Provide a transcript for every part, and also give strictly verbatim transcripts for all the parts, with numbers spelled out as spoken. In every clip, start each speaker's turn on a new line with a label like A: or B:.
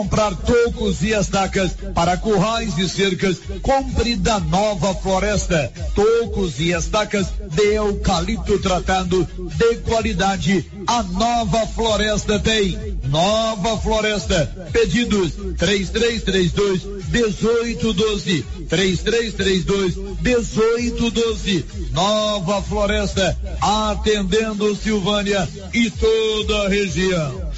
A: Comprar tocos e estacas para currais e cercas, compre da Nova Floresta. Tocos e estacas de eucalipto tratado de qualidade. A Nova Floresta tem. Nova Floresta. Pedidos três três três dois, dezoito um dois. três três três dois, dezoito um dois. Nova Floresta, atendendo Silvânia e toda a região.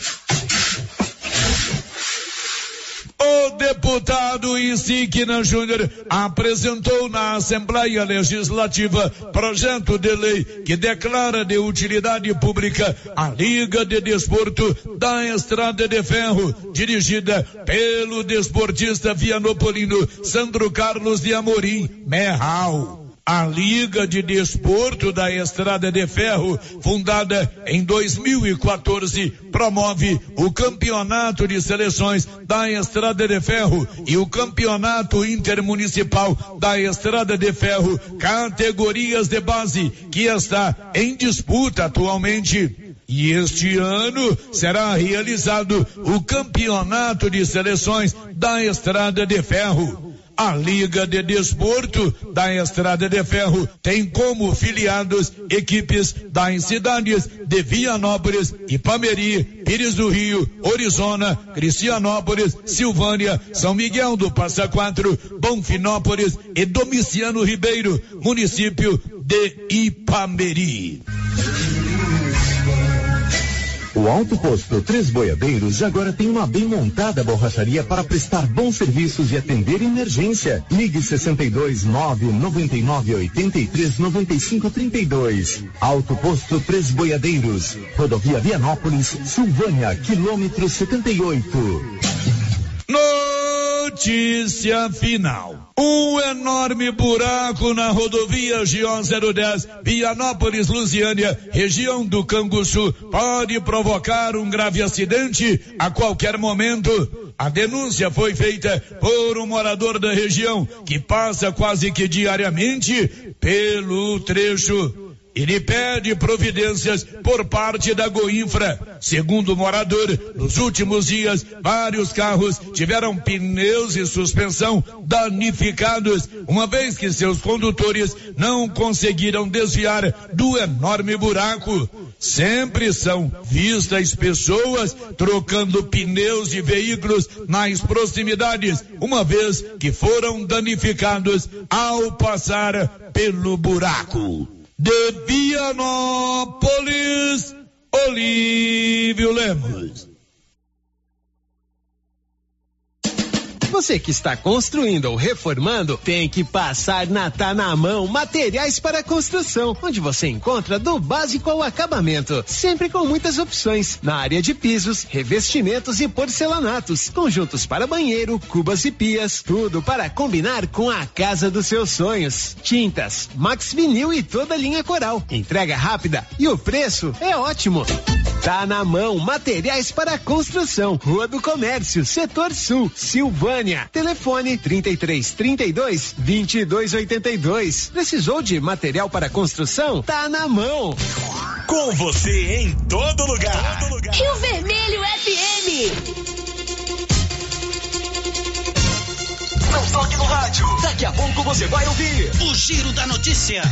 A: O deputado Insignia Júnior apresentou na Assembleia Legislativa projeto de lei que declara de utilidade pública a Liga de Desporto da Estrada de Ferro, dirigida pelo desportista vianopolino Sandro Carlos de Amorim Merral. A Liga de Desporto da Estrada de Ferro, fundada em dois mil e quatorze, promove o Campeonato de Seleções da Estrada de Ferro e o Campeonato Intermunicipal da Estrada de Ferro, categorias de base, que está em disputa atualmente. E este ano será realizado o Campeonato de Seleções da Estrada de Ferro. A Liga de Desporto da Estrada de Ferro tem como filiados equipes das cidades de Vianópolis, Ipameri, Pires do Rio, Orizona, Cristianópolis, Silvânia, São Miguel do Passa Quatro, Bonfinópolis e Domiciano Ribeiro, município de Ipameri.
B: O Alto Posto Três Boiadeiros agora tem uma bem montada borracharia para prestar bons serviços e atender emergência. Ligue sessenta e dois, nove nove nove, oitenta e três, noventa e cinco, trinta e dois. Alto Posto Três Boiadeiros, Rodovia Vianópolis, Silvânia, quilômetro setenta e oito.
A: Notícia final. Um enorme buraco na rodovia G O zero dez, Vianópolis, Lusiânia, região do Canguçu, pode provocar um grave acidente a qualquer momento. A denúncia foi feita por um morador da região que passa quase que diariamente pelo trecho. Ele pede providências por parte da Goinfra. Segundo o morador, nos últimos dias, vários carros tiveram pneus e suspensão danificados, uma vez que seus condutores não conseguiram desviar do enorme buraco. Sempre são vistas pessoas trocando pneus de veículos nas proximidades, uma vez que foram danificados ao passar pelo buraco. De Vianópolis, Olívio Lemos.
C: Você que está construindo ou reformando, tem que passar na Tá na Mão Materiais para Construção, onde você encontra do básico ao acabamento, sempre com muitas opções, na área de pisos, revestimentos e porcelanatos, conjuntos para banheiro, cubas e pias, tudo para combinar com a casa dos seus sonhos. Tintas, Max Vinil e toda a linha Coral, entrega rápida e o preço é ótimo. Tá na Mão Materiais para Construção, Rua do Comércio, Setor Sul, Silvânia. Telefone trinta e três, trinta e dois, vinte e dois, oitenta e dois. Precisou de material para construção? Tá na mão.
D: Com você em todo lugar. Todo lugar.
E: Rio Vermelho F M.
D: Não toque no rádio. Daqui a pouco você vai ouvir o Giro da Notícia.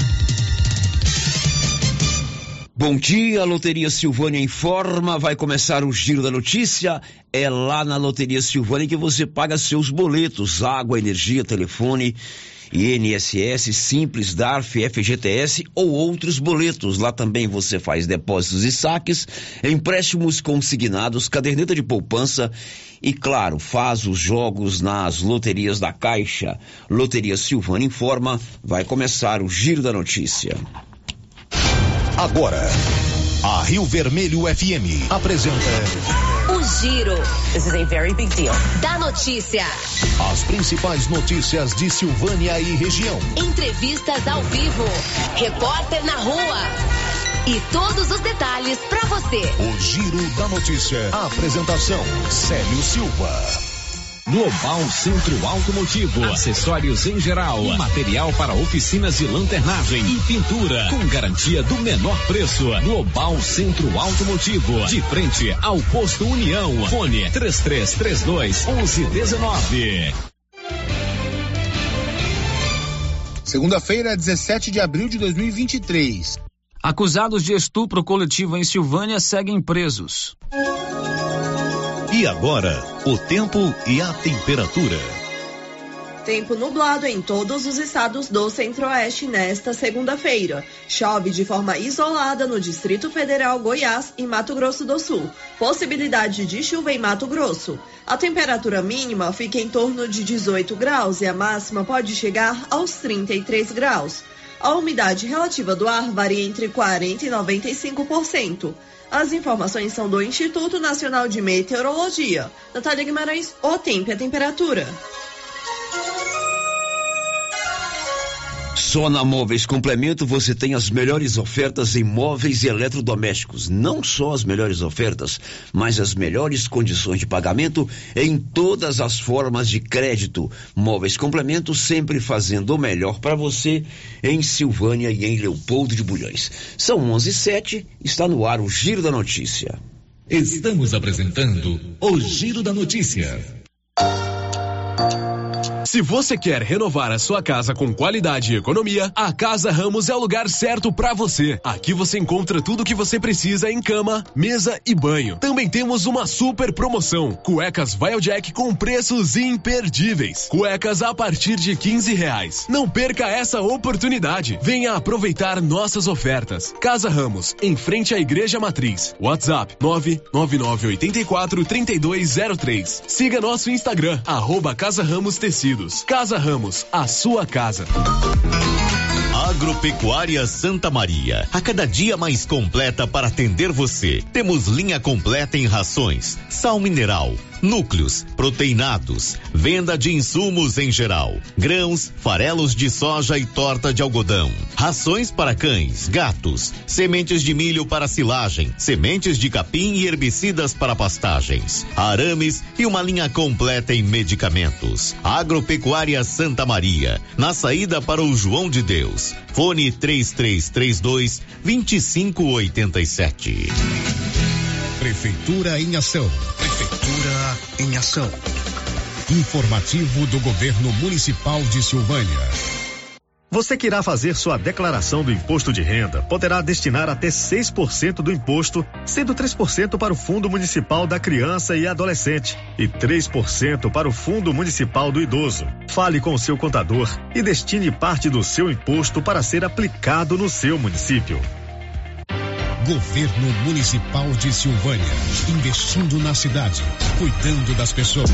F: Bom dia, Loteria Silvânia informa, vai começar o Giro da Notícia, é lá na Loteria Silvânia que você paga seus boletos, água, energia, telefone, I N S S, Simples, D A R F, F G T S ou outros boletos. Lá também você faz depósitos e saques, empréstimos consignados, caderneta de poupança e, claro, faz os jogos nas loterias da Caixa. Loteria Silvânia informa, vai começar o Giro da Notícia.
D: Agora, a Rio Vermelho F M apresenta
E: o Giro. This is a very big deal. Da notícia.
D: As principais notícias de Silvânia e região.
E: Entrevistas ao vivo. Repórter na rua. E todos os detalhes para você.
D: O Giro da Notícia. A apresentação, Célio Silva.
G: Global Centro Automotivo, acessórios em geral, material para oficinas de lanternagem e pintura, com garantia do menor preço. Global Centro Automotivo, de frente ao posto União. Fone três três três dois, onze dezenove.
H: Segunda-feira, dezessete de abril de dois mil e vinte e três.
I: Acusados de estupro coletivo em Silvânia seguem presos.
J: E agora, o tempo e a temperatura.
K: Tempo nublado em todos os estados do Centro-Oeste nesta segunda-feira. Chove de forma isolada no Distrito Federal, Goiás e Mato Grosso do Sul. Possibilidade de chuva em Mato Grosso. A temperatura mínima fica em torno de dezoito graus e a máxima pode chegar aos trinta e três graus. A umidade relativa do ar varia entre quarenta e noventa e cinco por cento. As informações são do Instituto Nacional de Meteorologia. Natália Guimarães, o tempo e a temperatura.
F: Só na Móveis Complemento você tem as melhores ofertas em móveis e eletrodomésticos. Não só as melhores ofertas, mas as melhores condições de pagamento em todas as formas de crédito. Móveis Complemento sempre fazendo o melhor para você em Silvânia e em Leopoldo de Bulhões. São onze e sete, está no ar o Giro da Notícia.
J: Estamos apresentando o Giro da Notícia.
L: Se você quer renovar a sua casa com qualidade e economia, a Casa Ramos é o lugar certo para você. Aqui você encontra tudo o que você precisa em cama, mesa e banho. Também temos uma super promoção: cuecas Vilejack com preços imperdíveis. Cuecas a partir de quinze reais. Não perca essa oportunidade. Venha aproveitar nossas ofertas. Casa Ramos, em frente à Igreja Matriz. WhatsApp nove nove nove oito quatro, três dois zero três. Siga nosso Instagram, arroba Casa Ramos Tecidos. Casa Ramos, a sua casa.
J: Agropecuária Santa Maria, a cada dia mais completa para atender você. Temos linha completa em rações, sal mineral, núcleos, proteinados, venda de insumos em geral, grãos, farelos de soja e torta de algodão, rações para cães, gatos, sementes de milho para silagem, sementes de capim e herbicidas para pastagens, arames e uma linha completa em medicamentos. Agropecuária Santa Maria, na saída para o João de Deus. Fone três três três dois, dois cinco oito sete.
G: Prefeitura em ação. Prefeitura em ação. Informativo do Governo Municipal de Silvânia.
M: Você que irá fazer sua declaração do imposto de renda poderá destinar até seis por cento do imposto, sendo três por cento para o Fundo Municipal da Criança e Adolescente e três por cento para o Fundo Municipal do Idoso. Fale com o seu contador e destine parte do seu imposto para ser aplicado no seu município.
G: Governo Municipal de Silvânia, investindo na cidade, cuidando das pessoas.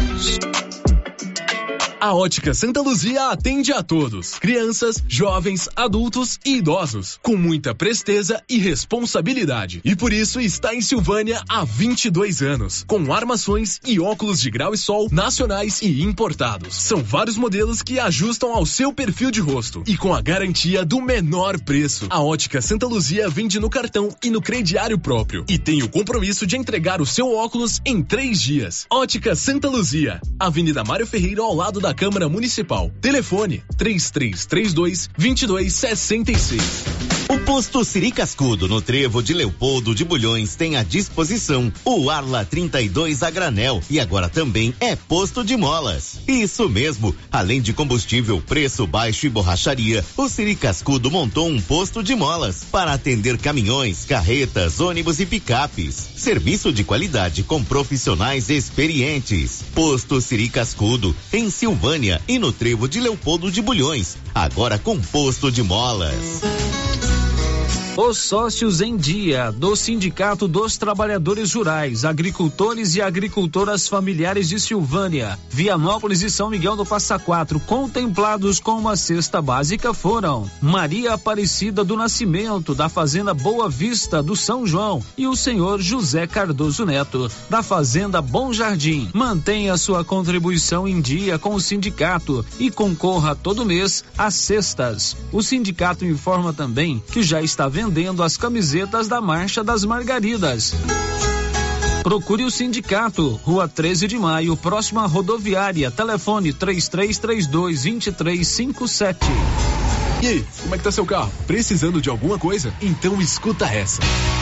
L: A Ótica Santa Luzia atende a todos, crianças, jovens, adultos e idosos, com muita presteza e responsabilidade. E por isso está em Silvânia há vinte e dois anos, com armações e óculos de grau e sol nacionais e importados. São vários modelos que ajustam ao seu perfil de rosto e com a garantia do menor preço. A Ótica Santa Luzia vende no cartão e no crediário próprio e tem o compromisso de entregar o seu óculos em três dias. Ótica Santa Luzia, Avenida Mário Ferreira, ao lado da da Câmara Municipal. Telefone três três três dois, dois dois seis seis.
J: O posto Siri Cascudo, no Trevo de Leopoldo de Bulhões, tem à disposição o Arla trinta e dois a granel e agora também é posto de molas. Isso mesmo, além de combustível, preço baixo e borracharia, o Siri Cascudo montou um posto de molas para atender caminhões, carretas, ônibus e picapes. Serviço de qualidade com profissionais experientes. Posto Siri Cascudo, em Silvânia e no Trevo de Leopoldo de Bulhões, agora com posto de molas.
I: Os sócios em dia do Sindicato dos Trabalhadores Rurais, Agricultores e Agricultoras Familiares de Silvânia, Vianópolis e São Miguel do Passa Quatro, contemplados com uma cesta básica foram Maria Aparecida do Nascimento, da Fazenda Boa Vista do São João, e o senhor José Cardoso Neto, da Fazenda Bom Jardim. Mantenha sua contribuição em dia com o sindicato e concorra todo mês às cestas. O sindicato informa também que já está vendendo vendendo as camisetas da Marcha das Margaridas. Procure o sindicato, Rua treze de maio, próxima à rodoviária. Telefone três três três dois, dois três cinco sete.
L: E aí, como é que tá seu carro? Precisando de alguma coisa? Então escuta essa.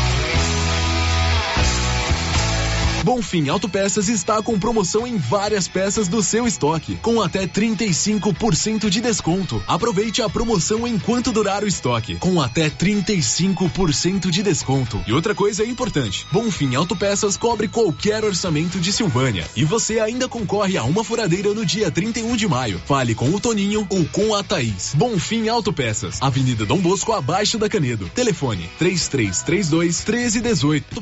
L: Bonfim Autopeças está com promoção em várias peças do seu estoque, com até trinta e cinco por cento de desconto. Aproveite a promoção enquanto durar o estoque, com até trinta e cinco por cento de desconto. E outra coisa importante, Bonfim Autopeças cobre qualquer orçamento de Silvânia. E você ainda concorre a uma furadeira no dia trinta e um de maio. Fale com o Toninho ou com a Thaís. Bonfim Autopeças, Avenida Dom Bosco, abaixo da Canedo. Telefone três três três dois, um três um oito.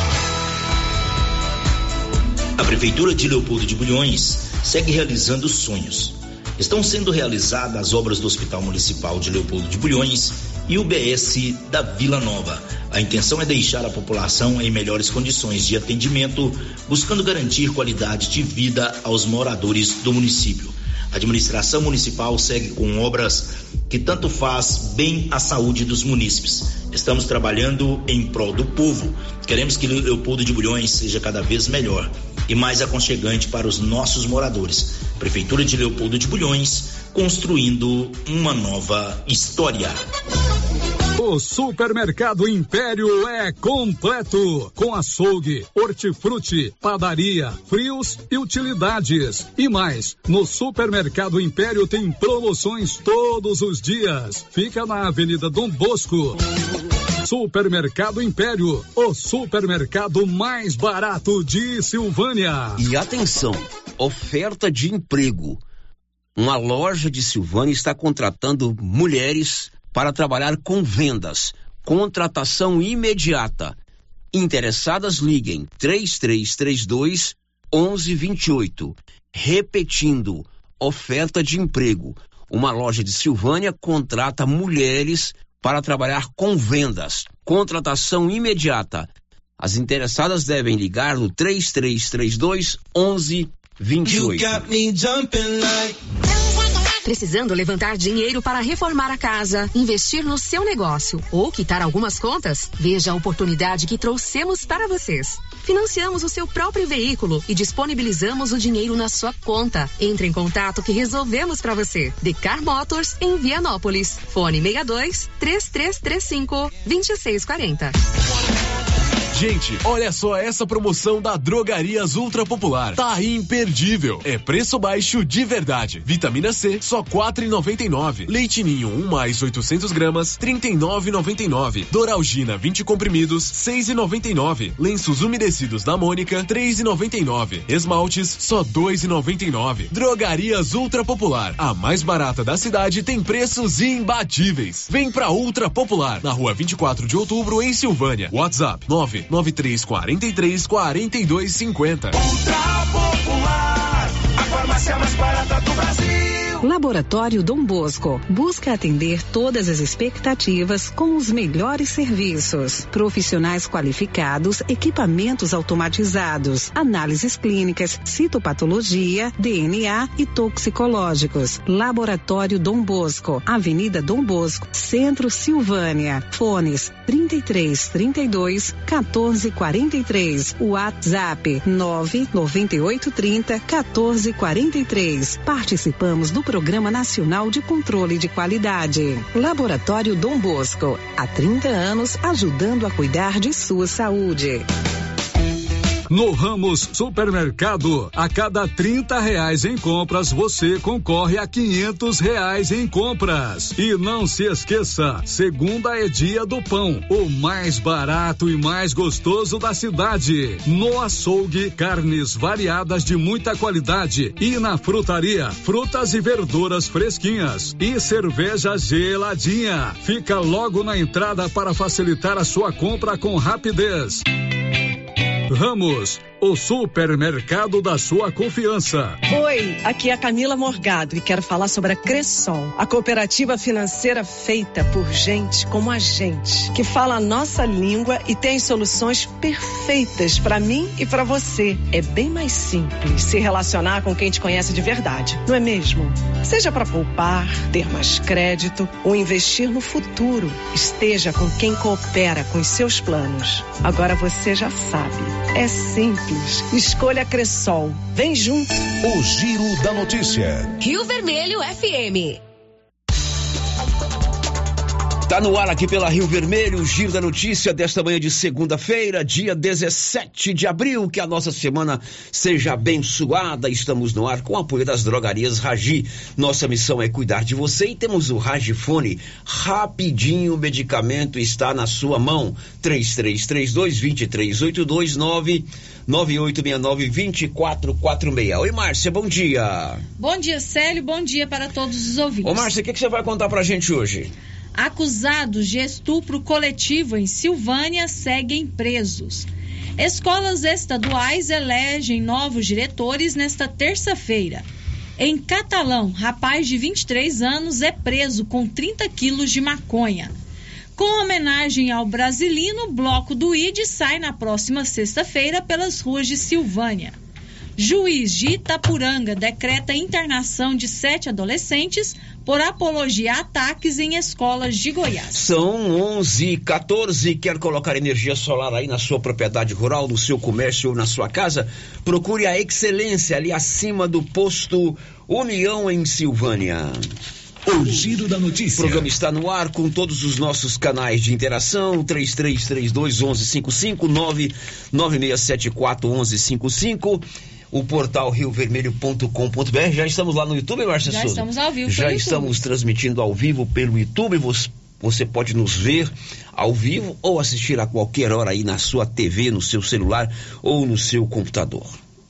N: A Prefeitura de Leopoldo de Bulhões segue realizando sonhos. Estão sendo realizadas as obras do Hospital Municipal de Leopoldo de Bulhões e o B S da Vila Nova. A intenção é deixar a população em melhores condições de atendimento, buscando garantir qualidade de vida aos moradores do município. A administração municipal segue com obras que tanto faz bem à saúde dos munícipes. Estamos trabalhando em prol do povo. Queremos que Leopoldo de Bulhões seja cada vez melhor e mais aconchegante para os nossos moradores. Prefeitura de Leopoldo de Bulhões, construindo uma nova história.
O: O Supermercado Império é completo, com açougue, hortifruti, padaria, frios e utilidades. E mais, no Supermercado Império tem promoções todos os dias. Fica na Avenida Dom Bosco. Supermercado Império, o supermercado mais barato de Silvânia.
F: E atenção, oferta de emprego. Uma loja de Silvânia está contratando mulheres para trabalhar com vendas. Contratação imediata. Interessadas, liguem três três três dois, um um dois oito. Repetindo, oferta de emprego. Uma loja de Silvânia contrata mulheres para trabalhar com vendas. Contratação imediata. As interessadas devem ligar no três três três dois, um um dois oito.
P: Precisando levantar dinheiro para reformar a casa, investir no seu negócio ou quitar algumas contas? Veja a oportunidade que trouxemos para vocês. Financiamos o seu próprio veículo e disponibilizamos o dinheiro na sua conta. Entre em contato que resolvemos para você. Decar Motors em Vianópolis. Fone seis dois, três três três cinco, dois seis quatro zero.
L: Gente, olha só essa promoção da Drogarias Ultra Popular. Tá imperdível. É preço baixo de verdade. Vitamina C, só quatro reais e noventa e nove. Leite Ninho, um mais oitocentos gramas, trinta e nove reais e noventa e nove. Doralgina, vinte comprimidos, seis reais e noventa e nove. Lenços umedecidos da Mônica, três reais e noventa e nove. Esmaltes, só dois reais e noventa e nove. Drogarias Ultra Popular. A mais barata da cidade tem preços imbatíveis. Vem pra Ultra Popular, na rua vinte e quatro de outubro, em Silvânia. WhatsApp nove nove três quatro três, quatro dois cinco zero.
D: Ultra Popular, a farmácia mais barata do Brasil.
Q: Laboratório Dom Bosco busca atender todas as expectativas com os melhores serviços. Profissionais qualificados, equipamentos automatizados, análises clínicas, citopatologia, D N A e toxicológicos. Laboratório Dom Bosco, Avenida Dom Bosco, Centro Silvânia. Fones trinta e três, trinta e dois, quatorze, quarenta e três. WhatsApp nove nove oito, trinta, quatorze, quarenta e três. Participamos do Programa Nacional de Controle de Qualidade. Laboratório Dom Bosco, há trinta anos ajudando a cuidar de sua saúde.
O: No Ramos Supermercado, a cada trinta reais em compras, você concorre a quinhentos reais em compras. E não se esqueça, segunda é dia do pão, o mais barato e mais gostoso da cidade. No açougue, carnes variadas de muita qualidade. E na frutaria, frutas e verduras fresquinhas. E cerveja geladinha. Fica logo na entrada para facilitar a sua compra com rapidez. Ramos, o supermercado da sua confiança.
R: Oi, aqui é a Camila Morgado e quero falar sobre a Cressol, a cooperativa financeira feita por gente como a gente, que fala a nossa língua e tem soluções perfeitas para mim e para você. É bem mais simples se relacionar com quem te conhece de verdade, não é mesmo? Seja para poupar, ter mais crédito ou investir no futuro, esteja com quem coopera com os seus planos. Agora você já sabe. É simples. Escolha Cressol. Vem junto.
D: O Giro da Notícia.
E: Rio Vermelho F M.
F: Tá no ar aqui pela Rio Vermelho, o Giro da Notícia desta manhã de segunda-feira, dia dezessete de abril, que a nossa semana seja abençoada. Estamos no ar com o apoio das drogarias Ragi. Nossa missão é cuidar de você e temos o Ragifone. Rapidinho, o medicamento está na sua mão. três três três dois, dois três oito dois, nove nove oito seis nove, dois quatro quatro seis. Oi, Márcia, bom dia.
S: Bom dia, Célio, bom dia para todos os ouvintes.
F: Ô, Márcia, o que, que você vai contar pra gente hoje?
S: Acusados de estupro coletivo em Silvânia seguem presos. Escolas estaduais elegem novos diretores nesta terça-feira. Em Catalão, rapaz de vinte e três anos é preso com trinta quilos de maconha. Com homenagem ao Brasilino, o bloco do I D sai na próxima sexta-feira pelas ruas de Silvânia. Juiz de Itapuranga decreta internação de sete adolescentes por apologia a ataques em escolas de Goiás.
F: São onze e quatorze. Quer colocar energia solar aí na sua propriedade rural, no seu comércio ou na sua casa? Procure a excelência ali acima do posto União em Silvânia.
D: O Giro da Notícia.
F: O programa está no ar com todos os nossos canais de interação, três três três dois, um um cinco cinco, nove nove seis sete quatro, um um cinco cinco. O portal rio vermelho ponto com ponto b r. Já estamos lá no YouTube, Márcia
S: Já
F: Souza?
S: estamos ao vivo
F: Já
S: pelo
F: estamos
S: YouTube.
F: transmitindo ao vivo pelo YouTube. Você, você pode nos ver ao vivo ou assistir a qualquer hora aí na sua T V, no seu celular ou no seu computador.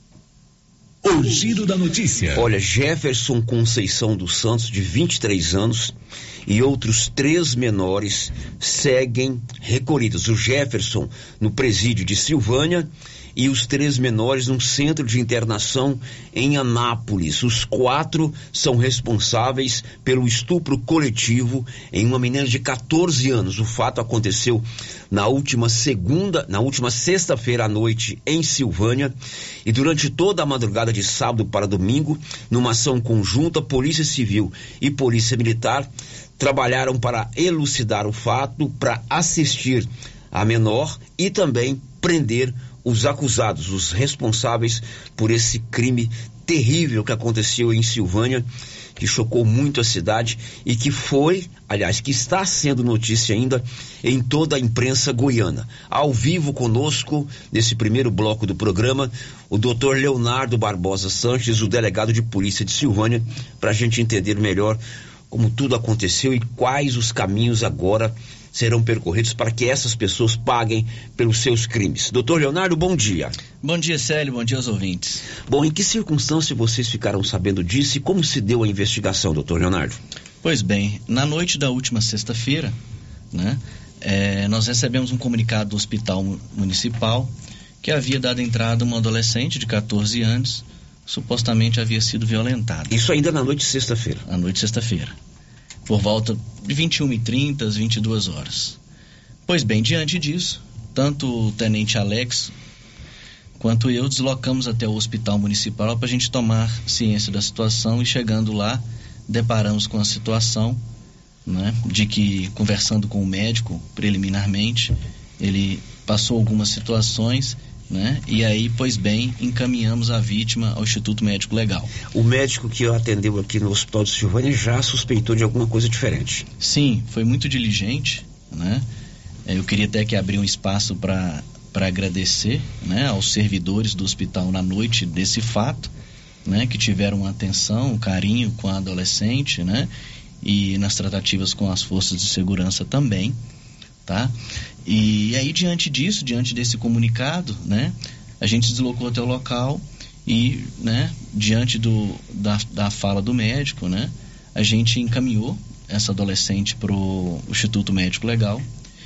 D: O Giro da Notícia.
F: Olha, Jefferson Conceição dos Santos, de vinte e três anos, e outros três menores seguem recolhidos. O Jefferson no presídio de Silvânia e os três menores num centro de internação em Anápolis. Os quatro são responsáveis pelo estupro coletivo em uma menina de quatorze anos. O fato aconteceu na última segunda, na última sexta-feira à noite em Silvânia, e durante toda a madrugada de sábado para domingo, numa ação conjunta, Polícia Civil e Polícia Militar trabalharam para elucidar o fato, para assistir a menor e também prender os acusados, os responsáveis por esse crime terrível que aconteceu em Silvânia, que chocou muito a cidade e que foi, aliás, que está sendo notícia ainda em toda a imprensa goiana. Ao vivo conosco, nesse primeiro bloco do programa, o doutor Leonardo Barbosa Sanches, o delegado de polícia de Silvânia, para a gente entender melhor como tudo aconteceu e quais os caminhos agora serão percorridos para que essas pessoas paguem pelos seus crimes. Doutor Leonardo, bom dia.
T: Bom dia, Célio, bom dia aos ouvintes.
F: Bom, em que circunstância vocês ficaram sabendo disso e como se deu a investigação, doutor Leonardo?
T: Pois bem, na noite da última sexta-feira, né, é, nós recebemos um comunicado do Hospital Municipal que havia dado entrada uma adolescente de quatorze anos, supostamente havia sido violentada.
F: Isso ainda na noite de sexta-feira?
T: Na noite de sexta-feira. Por volta de vinte e uma e trinta às vinte e duas horas. Pois bem, diante disso, tanto o tenente Alex quanto eu deslocamos até o hospital municipal para a gente tomar ciência da situação, e chegando lá, deparamos com a situação, né, de que, conversando com o médico preliminarmente, ele passou algumas situações, né? E aí, pois bem, encaminhamos a vítima ao Instituto Médico Legal.
F: O médico que atendeu aqui no Hospital de Silvânia já suspeitou de alguma coisa diferente?
T: Sim, foi muito diligente, né? Eu queria até que abrir um espaço para para agradecer, né, aos servidores do hospital na noite desse fato, né, que tiveram uma atenção, um carinho com a adolescente, né, e nas tratativas com as forças de segurança também, tá? E aí, diante disso, diante desse comunicado, né, a gente deslocou até o local e, né, diante do, da, da fala do médico, né, a gente encaminhou essa adolescente para o Instituto Médico Legal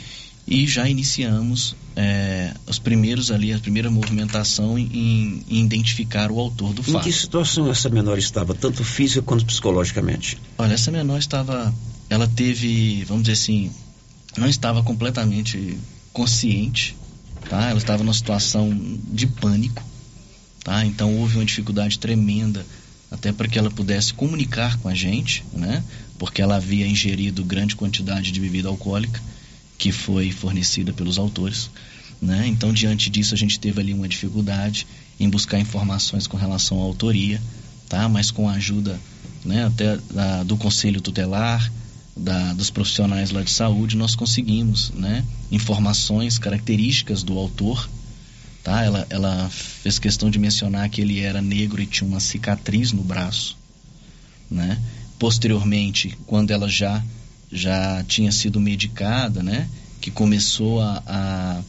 T: e já iniciamos é, os primeiros ali, a primeira movimentação em, em identificar o autor do fato.
F: Em que situação essa menor estava, tanto física quanto psicologicamente?
T: Olha, essa menor estava, ela teve, vamos dizer assim, não estava completamente consciente, tá? Ela estava numa situação de pânico, tá? Então houve uma dificuldade tremenda até para que ela pudesse comunicar com a gente, né? Porque ela havia ingerido grande quantidade de bebida alcoólica que foi fornecida pelos autores. né? Então, diante disso, a gente teve ali uma dificuldade em buscar informações com relação à autoria, tá? Mas com a ajuda, né, até da, do Conselho Tutelar, da, dos profissionais lá de saúde, nós conseguimos, né, informações, características do autor, tá? Ela, ela fez questão de mencionar que ele era negro e tinha uma cicatriz no braço, né? Posteriormente, quando ela já, já tinha sido medicada, né, que começou a, a,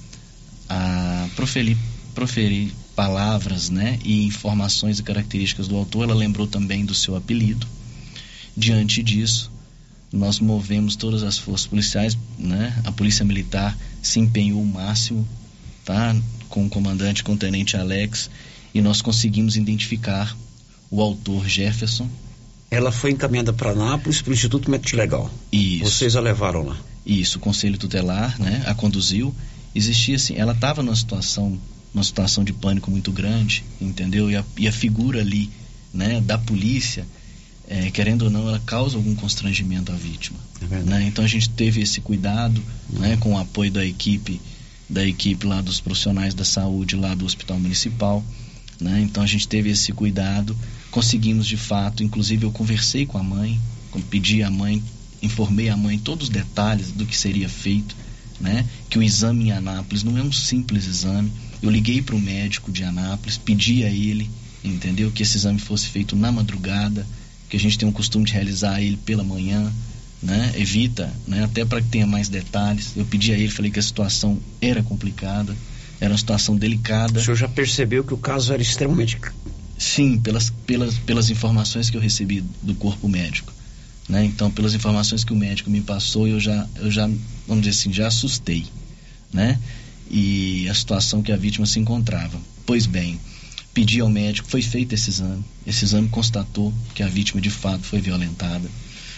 T: a proferir, proferir palavras, né, e informações e características do autor, ela lembrou também do seu apelido. Diante disso, nós movemos todas as forças policiais, né, a Polícia Militar se empenhou o máximo, tá, com o comandante, com o tenente Alex, e nós conseguimos identificar o autor Jefferson.
F: Ela foi encaminhada para Anápolis, para o Instituto Médico Legal.
T: Isso.
F: Vocês a levaram lá?
T: Isso, o Conselho Tutelar, né, a conduziu. Existia assim, ela estava numa situação uma situação de pânico muito grande, entendeu? E a, e a figura ali, né, da polícia, é, querendo ou não, ela causa algum constrangimento à vítima, é, né? Então a gente teve esse cuidado, uhum, né, com o apoio da equipe, da equipe lá dos profissionais da saúde lá do Hospital Municipal, né? Então a gente teve esse cuidado, conseguimos de fato, inclusive eu conversei com a mãe, pedi à mãe, informei a mãe todos os detalhes do que seria feito, né? Que o exame em Anápolis não é um simples exame. Eu liguei para o médico de Anápolis, pedi a ele, entendeu, que esse exame fosse feito na madrugada, que a gente tem um costume de realizar ele pela manhã, né? Evita, né, até para que tenha mais detalhes. Eu pedi a ele, falei que a situação era complicada, era uma situação delicada.
F: O senhor já percebeu que o caso era extremamente...
T: Sim, pelas, pelas, pelas informações que eu recebi do corpo médico, né? Então, pelas informações que o médico me passou, eu já, eu já, vamos dizer assim, já assustei, né? E a situação que a vítima se encontrava. Pois bem, pedi ao médico, foi feito esse exame. Esse exame constatou que a vítima de fato foi violentada.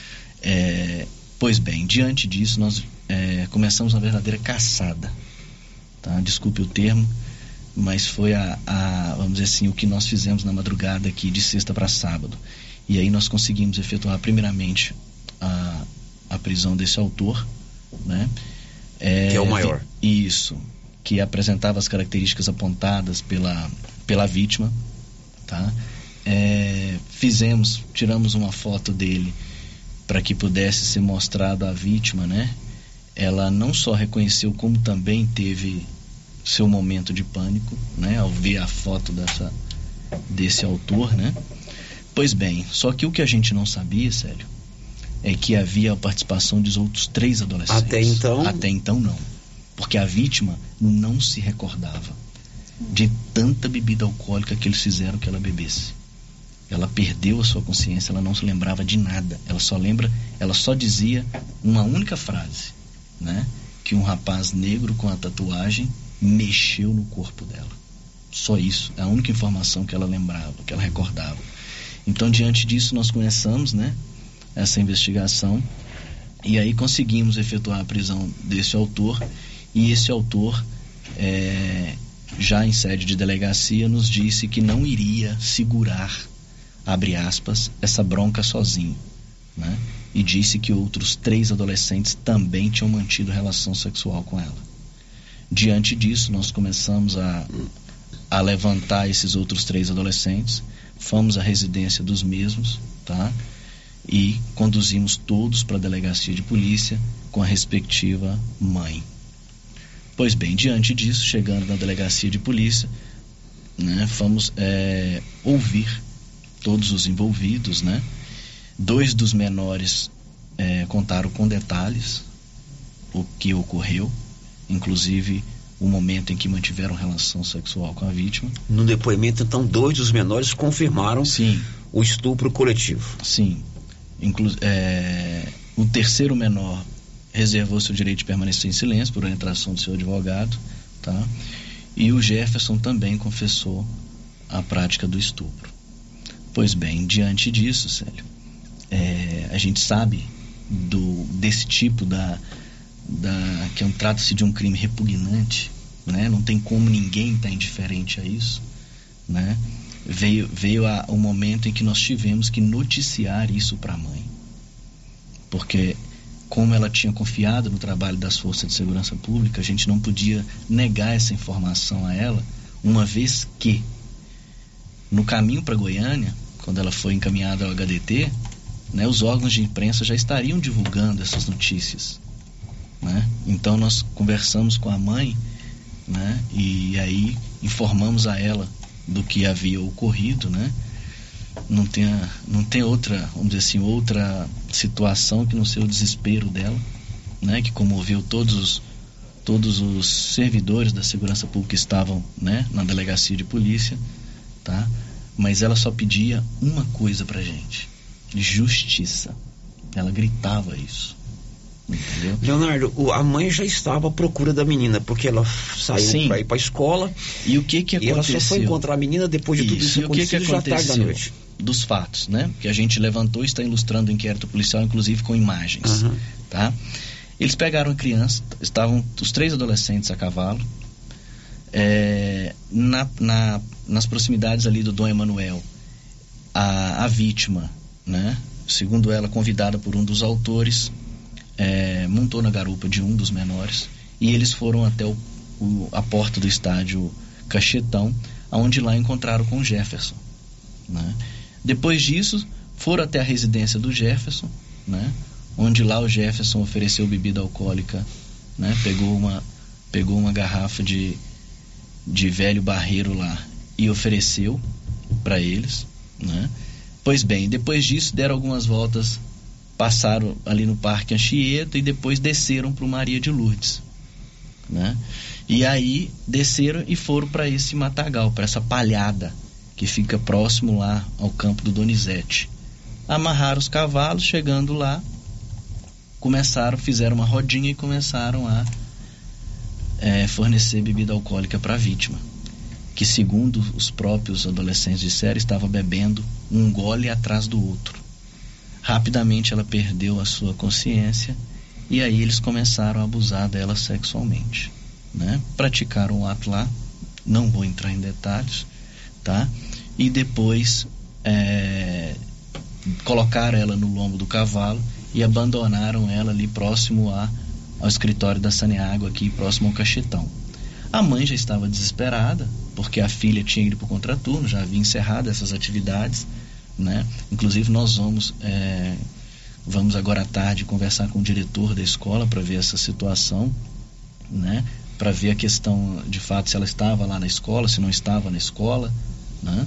T: É, pois bem, diante disso, nós é, começamos uma verdadeira caçada, tá? Desculpe o termo, mas foi a, a, vamos dizer assim, o que nós fizemos na madrugada aqui de sexta para sábado. E aí nós conseguimos efetuar primeiramente a, a prisão desse autor, né? É,
F: que é o maior.
T: Isso, que apresentava as características apontadas pela, pela vítima, tá? É, fizemos, tiramos uma foto dele para que pudesse ser mostrado à vítima, né? Ela não só reconheceu, como também teve seu momento de pânico, né? Ao ver a foto dessa, desse autor, né? Pois bem, só que o que a gente não sabia, Célio, é que havia a participação dos outros três adolescentes.
F: Até então?
T: Até então não. Porque a vítima não se recordava de tanta bebida alcoólica que eles fizeram que ela bebesse. Ela perdeu a sua consciência, ela não se lembrava de nada. Ela só lembra, ela só dizia uma única frase, né? Que um rapaz negro com a tatuagem mexeu no corpo dela. Só isso, é a única informação que ela lembrava, que ela recordava. Então, diante disso, nós começamos, né, essa investigação, e aí conseguimos efetuar a prisão desse autor, e esse autor, é, já em sede de delegacia, nos disse que não iria segurar, abre aspas, essa bronca sozinho, né? E disse que outros três adolescentes também tinham mantido relação sexual com ela. Diante disso, nós começamos a, a levantar esses outros três adolescentes, fomos à residência dos mesmos, tá? E conduzimos todos para a delegacia de polícia com a respectiva mãe. Pois bem, diante disso, chegando na delegacia de polícia, né, fomos é, ouvir todos os envolvidos, né? Dois dos menores é, contaram com detalhes o que ocorreu, inclusive o momento em que mantiveram relação sexual com a vítima.
F: No depoimento, então, dois dos menores confirmaram,
T: sim,
F: o estupro coletivo.
T: Sim. Inclu- é, o terceiro menor reservou seu direito de permanecer em silêncio por orientação do seu advogado, tá? E o Jefferson também confessou a prática do estupro. Pois bem, diante disso, Célio, é, a gente sabe do, desse tipo da, da que é um, trata-se de um crime repugnante, né? Não tem como ninguém estar indiferente a isso, né? Veio, veio a, o momento em que nós tivemos que noticiar isso para a mãe, porque como ela tinha confiado no trabalho das forças de segurança pública, a gente não podia negar essa informação a ela, uma vez que no caminho para Goiânia, quando ela foi encaminhada ao H D T, né, os órgãos de imprensa já estariam divulgando essas notícias, né? Então nós conversamos com a mãe, né, e aí informamos a ela do que havia ocorrido, né? Não tem, não tem outra, vamos dizer assim, outra situação que não ser o desespero dela, né, que comoveu todos os, todos os servidores da segurança pública que estavam, né, na delegacia de polícia, tá? Mas ela só pedia uma coisa pra gente: justiça. Ela gritava isso, entendeu?
F: Leonardo, a mãe já estava à procura da menina, porque ela saiu para ir para a escola.
T: E o que que aconteceu?
F: E ela só foi encontrar a menina depois de tudo isso,
T: isso acontecido, já tarde da noite. Dos fatos, né? Que a gente levantou e está ilustrando o inquérito policial, inclusive com imagens, uhum. Tá? Eles pegaram a criança, estavam os três adolescentes a cavalo, é, na, na, nas proximidades ali do Dom Emanuel. A, a vítima, né, segundo ela, convidada por um dos autores, é, montou na garupa de um dos menores e eles foram até o, o, a porta do estádio Cachetão, onde lá encontraram com o Jefferson, né? Depois disso, foram até a residência do Jefferson, né, onde lá o Jefferson ofereceu bebida alcoólica, né, pegou uma, pegou uma garrafa de, de velho barreiro lá e ofereceu para eles, né? Pois bem, depois disso deram algumas voltas, passaram ali no Parque Anchieta e depois desceram para o Maria de Lourdes, né? E aí desceram e foram para esse matagal, para essa palhada que fica próximo lá ao campo do Donizete. Amarraram os cavalos, chegando lá, começaram, fizeram uma rodinha e começaram a é, fornecer bebida alcoólica para a vítima, que, segundo os próprios adolescentes disseram, estava bebendo um gole atrás do outro. Rapidamente ela perdeu a sua consciência e aí eles começaram a abusar dela sexualmente, né? Praticaram o ato lá, não vou entrar em detalhes, tá? E depois é, colocaram ela no lombo do cavalo e abandonaram ela ali próximo a, ao escritório da Saneágua, aqui próximo ao Cachetão. A mãe já estava desesperada, porque a filha tinha ido para o contraturno, já havia encerrado essas atividades, né? Inclusive nós vamos é, vamos agora à tarde conversar com o diretor da escola para ver essa situação, né? Para ver a questão de fato se ela estava lá na escola, se não estava na escola, né?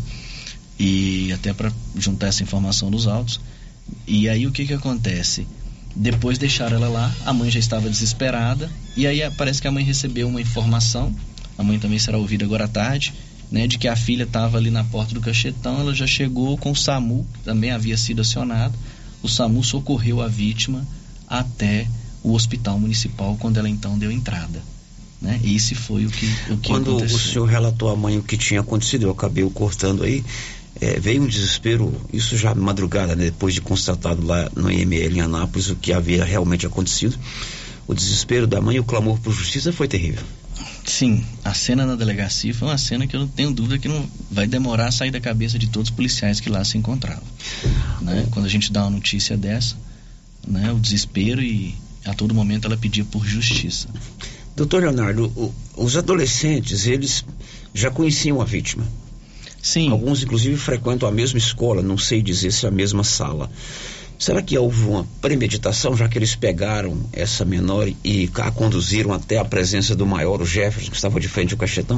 T: E até para juntar essa informação nos autos. E aí o que que acontece? Depois deixaram ela lá, a mãe já estava desesperada e aí parece que a mãe recebeu uma informação, a mãe também será ouvida agora à tarde, né, de que a filha estava ali na porta do Cachetão. Ela já chegou com o SAMU, que também havia sido acionado. O SAMU socorreu a vítima até o hospital municipal, quando ela então deu entrada, né? Esse foi o que, o que
F: Quando
T: aconteceu.
F: O senhor relatou à mãe o que tinha acontecido, eu acabei o cortando aí, é, veio um desespero, isso já madrugada, né, depois de constatado lá no I M L em Anápolis o que havia realmente acontecido. O desespero da mãe e o clamor por justiça foi terrível.
T: Sim, a cena na delegacia foi uma cena que eu não tenho dúvida que não vai demorar a sair da cabeça de todos os policiais que lá se encontravam, né? Quando a gente dá uma notícia dessa, né, o desespero, e a todo momento ela pedia por justiça.
F: Doutor Leonardo, o, os adolescentes, eles já conheciam a vítima?
T: Sim.
F: Alguns inclusive frequentam a mesma escola, não sei dizer se é a mesma sala. Será que houve uma premeditação, já que eles pegaram essa menor e a conduziram até a presença do maior, o Jefferson, que estava de frente ao Cachetão?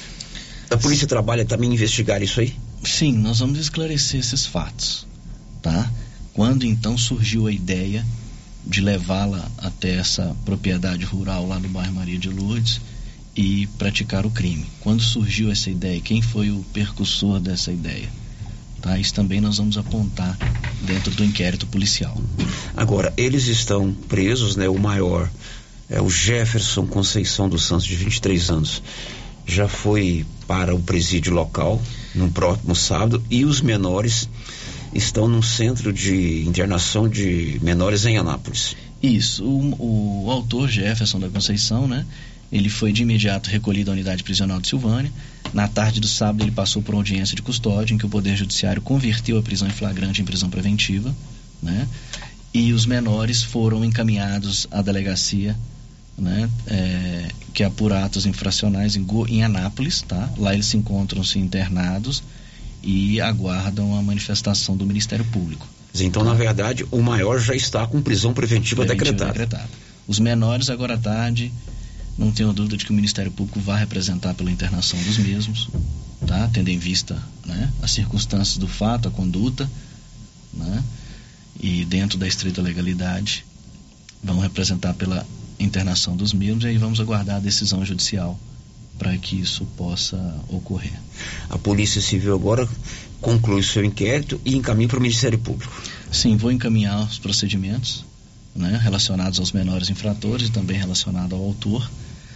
F: A polícia trabalha também em investigar isso aí?
T: Sim, nós vamos esclarecer esses fatos, tá? Quando então surgiu a ideia de levá-la até essa propriedade rural lá no bairro Maria de Lourdes e praticar o crime? Quando surgiu essa ideia? Quem foi o percussor dessa ideia? Tá, isso também nós vamos apontar dentro do inquérito policial.
F: Agora, eles estão presos, né? O maior é o Jefferson Conceição dos Santos, de vinte e três anos. Já foi para o presídio local no próximo sábado, e os menores estão num centro de internação de menores em Anápolis.
T: Isso, o, o autor Jefferson da Conceição, né? Ele foi de imediato recolhido à unidade prisional de Silvânia. Na tarde do sábado ele passou por uma audiência de custódia, em que o Poder Judiciário converteu a prisão em flagrante em prisão preventiva, né? e os menores foram encaminhados à delegacia, né, é, que é por atos infracionais em, em Anápolis, tá? Lá eles se encontram-se internados e aguardam a manifestação do Ministério Público.
F: Então, tá? Na verdade, o maior já está com prisão preventiva, preventiva decretada.
T: decretada. Os menores, agora à tarde, não tenho dúvida de que o Ministério Público vai representar pela internação dos mesmos, tá? Tendo em vista, né, as circunstâncias do fato, a conduta, né, e dentro da estrita legalidade, vão representar pela internação dos mesmos, e aí vamos aguardar a decisão judicial para que isso possa ocorrer.
F: A Polícia Civil agora conclui o seu inquérito e encaminha para o Ministério Público.
T: Sim, vou encaminhar os procedimentos, né, relacionados aos menores infratores e também relacionado ao autor.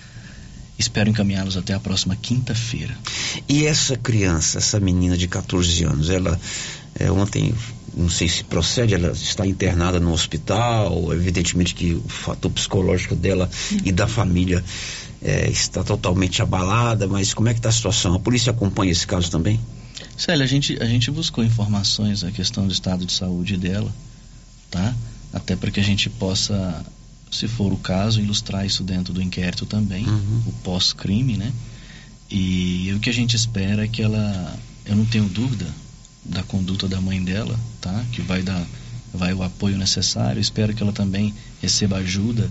T: Espero encaminhá-los até a próxima quinta-feira.
F: E essa criança, essa menina de catorze anos, ela é, ontem, não sei se procede, ela está internada no hospital, evidentemente que o fator psicológico dela uhum. e da família é, está totalmente abalada, mas como é que está a situação? A polícia acompanha esse caso também?
T: Célia, a gente, a gente buscou informações da questão do estado de saúde dela, tá? Até para que a gente possa, se for o caso, ilustrar isso dentro do inquérito também, uhum. o pós-crime, né? E o que a gente espera é que ela, eu não tenho dúvida da conduta da mãe dela, tá? Que vai dar, vai o apoio necessário. Espero que ela também receba ajuda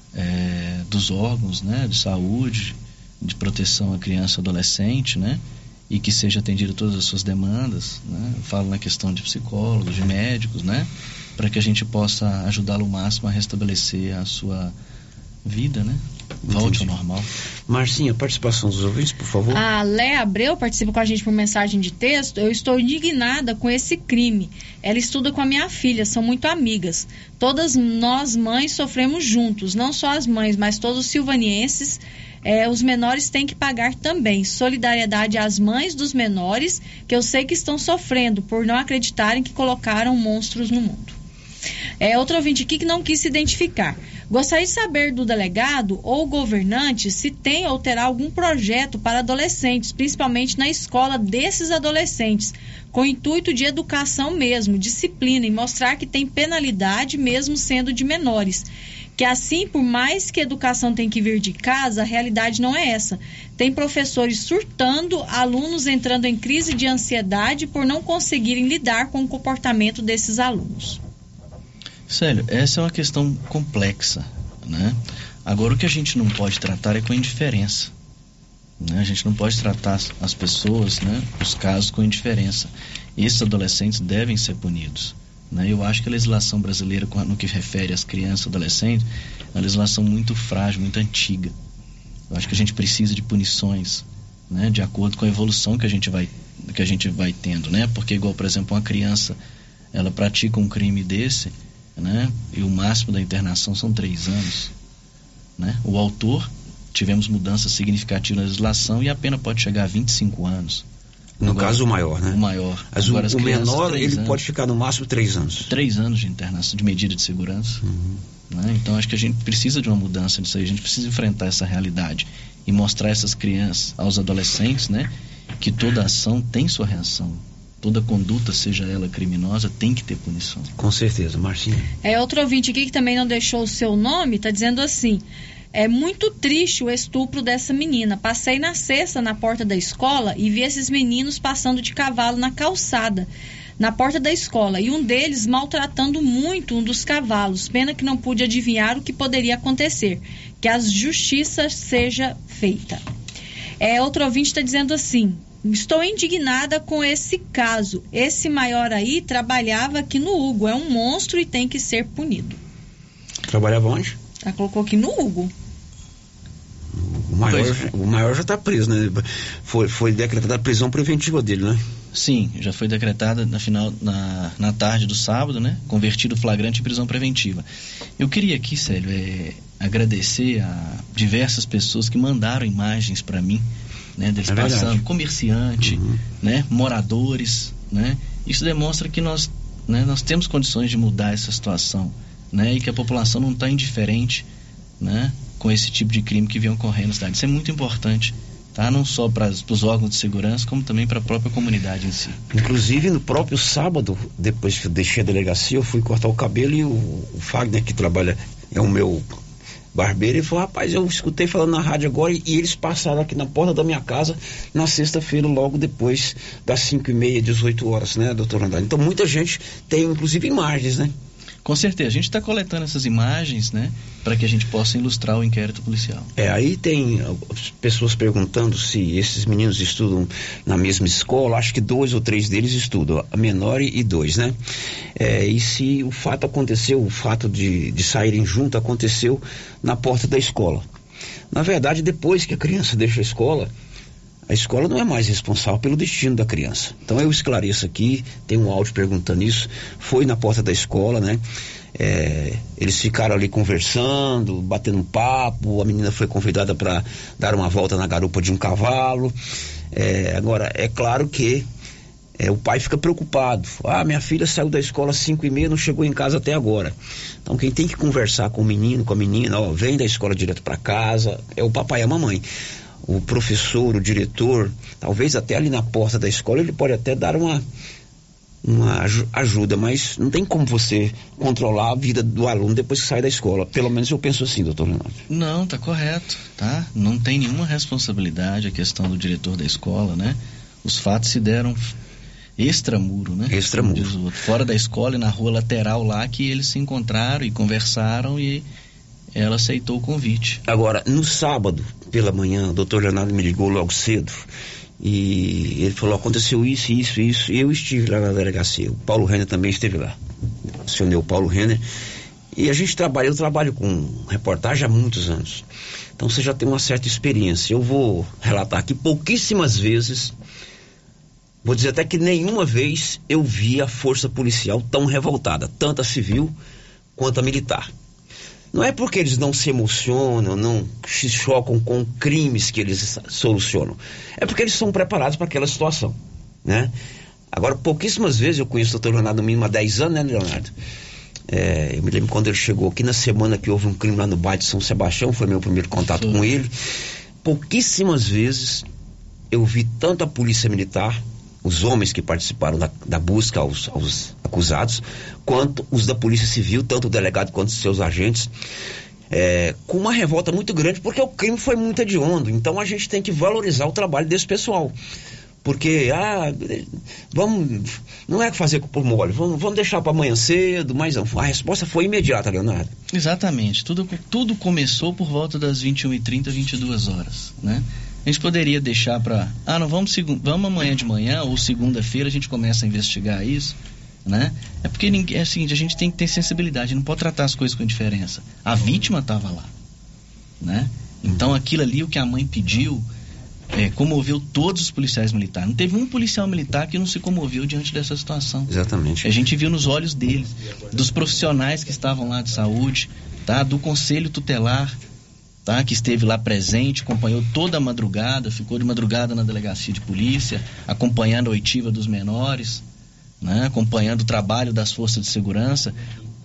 T: é, dos órgãos, né? De saúde, de proteção à criança e adolescente, né? E que seja atendida todas as suas demandas, né? Eu falo na questão de psicólogos, de médicos, né? Para que a gente possa ajudá-lo o máximo a restabelecer a sua vida, né? Volte ao normal.
F: Marcinha, participação dos ouvintes, por favor.
S: A Léa Abreu participa com a gente por mensagem de texto. Eu estou indignada com esse crime. Ela estuda com a minha filha, são muito amigas. Todas nós mães sofremos juntos, não só as mães, mas todos os silvanienses. É, os menores têm que pagar também. Solidariedade às mães dos menores, que eu sei que estão sofrendo por não acreditarem que colocaram monstros no mundo. É, outro ouvinte aqui que não quis se identificar. Gostaria de saber do delegado ou governante se tem ou terá algum projeto para adolescentes, principalmente na escola desses adolescentes, com o intuito de educação mesmo, disciplina e mostrar que tem penalidade mesmo sendo de menores. Que assim, por mais que a educação tem que vir de casa, a realidade não é essa. Tem professores surtando, alunos entrando em crise de ansiedade por não conseguirem lidar com o comportamento desses alunos.
T: Célio, essa é uma questão complexa, né? Agora, o que a gente não pode tratar é com indiferença, né? A gente não pode tratar as pessoas, né, os casos com indiferença. Esses adolescentes devem ser punidos, né? Eu acho que a legislação brasileira, no que refere às crianças e adolescentes, é uma legislação muito frágil, muito antiga. Eu acho que a gente precisa de punições, né, de acordo com a evolução que a gente vai, que a gente vai tendo, né? Porque, igual, por exemplo, uma criança, ela pratica um crime desse, né? E o máximo da internação são três anos, né? O autor, tivemos mudanças significativas na legislação e a pena pode chegar a vinte e cinco anos.
F: No
T: Agora,
F: caso, o maior, né?
T: O maior.
F: Mas Agora, o, o menor, ele anos, pode ficar no máximo três anos.
T: Três anos de internação, de medida de segurança. Uhum. Né? Então, acho que a gente precisa de uma mudança nisso aí. A gente precisa enfrentar essa realidade e mostrar a essas crianças, aos adolescentes, né, que toda ação tem sua reação. Toda conduta, seja ela criminosa, tem que ter punição.
F: Com certeza, Marcinha.
S: É, outro ouvinte aqui que também não deixou o seu nome, está dizendo assim: é muito triste o estupro dessa menina. Passei na sexta na porta da escola e vi esses meninos passando de cavalo na calçada, na porta da escola, e um deles maltratando muito um dos cavalos. Pena que não pude adivinhar o que poderia acontecer. Que a justiça seja feita. É, outro ouvinte está dizendo assim: estou indignada com esse caso. Esse maior aí trabalhava aqui no Hugo. É um monstro e tem que ser punido.
F: Trabalhava onde?
S: Ela colocou aqui no Hugo.
F: O maior, o maior já está preso, né? Foi, foi decretada a prisão preventiva dele, né?
T: Sim, já foi decretada na, final, na, na tarde do sábado, né? Convertido flagrante em prisão preventiva. Eu queria aqui, Célio, é, agradecer a diversas pessoas que mandaram imagens para mim, né? Deles é passando, verdade. Comerciante, uhum. né? Moradores, né? Isso demonstra que nós, né? nós temos condições de mudar essa situação, né? E que a população não está indiferente, né? Com esse tipo de crime que vem ocorrendo na cidade. Isso é muito importante, tá? Não só para os órgãos de segurança, como também para a própria comunidade em si.
F: Inclusive, no próprio sábado, depois que eu deixei a delegacia, eu fui cortar o cabelo e o, o Fagner, que trabalha, é o meu barbeiro, ele falou: rapaz, eu escutei falando na rádio agora, e, e eles passaram aqui na porta da minha casa na sexta-feira, logo depois das cinco e meia, dezoito horas, né, doutor Andrade? Então muita gente tem, inclusive, imagens, né?
T: Com certeza, a gente está coletando essas imagens, né, para que a gente possa ilustrar o inquérito policial.
F: É, aí tem pessoas perguntando se esses meninos estudam na mesma escola. Acho que dois ou três deles estudam, a menor e dois, né? É, e se o fato aconteceu, o fato de, de saírem juntos aconteceu na porta da escola. Na verdade, depois que a criança deixa a escola, a escola não é mais responsável pelo destino da criança. Então eu esclareço aqui, tem um áudio perguntando isso, foi na porta da escola, né? É, eles ficaram ali conversando, batendo um papo, a menina foi convidada para dar uma volta na garupa de um cavalo. É, agora, é claro que é, o pai fica preocupado. Ah, minha filha saiu da escola às cinco e meia, não chegou em casa até agora. Então quem tem que conversar com o menino, com a menina, ó, vem da escola direto para casa, é o papai e a mamãe. O professor, o diretor, talvez até ali na porta da escola, ele pode até dar uma, uma ajuda, mas não tem como você controlar a vida do aluno depois que sai da escola. Pelo menos eu penso assim, doutor Leonardo.
T: Não, tá correto, tá? Não tem nenhuma responsabilidade a questão do diretor da escola, né? Os fatos se deram extramuro, né?
F: Extramuro.
T: Fora da escola e na rua lateral lá, que eles se encontraram e conversaram e ela aceitou o convite.
F: Agora, no sábado, pela manhã, o doutor Leonardo me ligou logo cedo e ele falou: aconteceu isso, isso, isso, e eu estive lá na delegacia. O Paulo Renner também esteve lá. Acionei o Paulo Renner e a gente trabalha, eu trabalho com reportagem há muitos anos. Então você já tem uma certa experiência. Eu vou relatar aqui pouquíssimas vezes, vou dizer até que nenhuma vez eu vi a força policial tão revoltada, tanto a civil quanto a militar. Não é porque eles não se emocionam, não se chocam com crimes que eles solucionam. É porque eles são preparados para aquela situação, né? Agora, pouquíssimas vezes eu conheço o doutor Leonardo no mínimo há dez anos, né, Leonardo? É, eu me lembro quando ele chegou aqui na semana que houve um crime lá no bairro de São Sebastião, foi meu primeiro contato com ele. Pouquíssimas vezes eu vi tanto a polícia militar, os homens que participaram da, da busca aos, aos acusados, quanto os da polícia civil, tanto o delegado quanto os seus agentes, é, com uma revolta muito grande, porque o crime foi muito hediondo. Então a gente tem que valorizar o trabalho desse pessoal, porque ah, vamos, não é fazer por mole, vamos, vamos deixar para amanhã cedo, mas não, a resposta foi imediata, Leonardo.
T: Exatamente, tudo, tudo começou por volta das vinte e uma e trinta, vinte e duas horas, né? A gente poderia deixar para, ah, não, vamos, vamos amanhã de manhã ou segunda-feira a gente começa a investigar isso, né? É porque ninguém, é o seguinte, a gente tem que ter sensibilidade, não pode tratar as coisas com indiferença. A vítima estava lá, né? Então aquilo ali, o que a mãe pediu, é, comoveu todos os policiais militares. Não teve um policial militar que não se comoveu diante dessa situação.
F: Exatamente.
T: A gente viu nos olhos deles, dos profissionais que estavam lá de saúde, tá? Do conselho tutelar, tá? Que esteve lá presente, acompanhou toda a madrugada, ficou de madrugada na delegacia de polícia, acompanhando a oitiva dos menores, né? Acompanhando o trabalho das forças de segurança,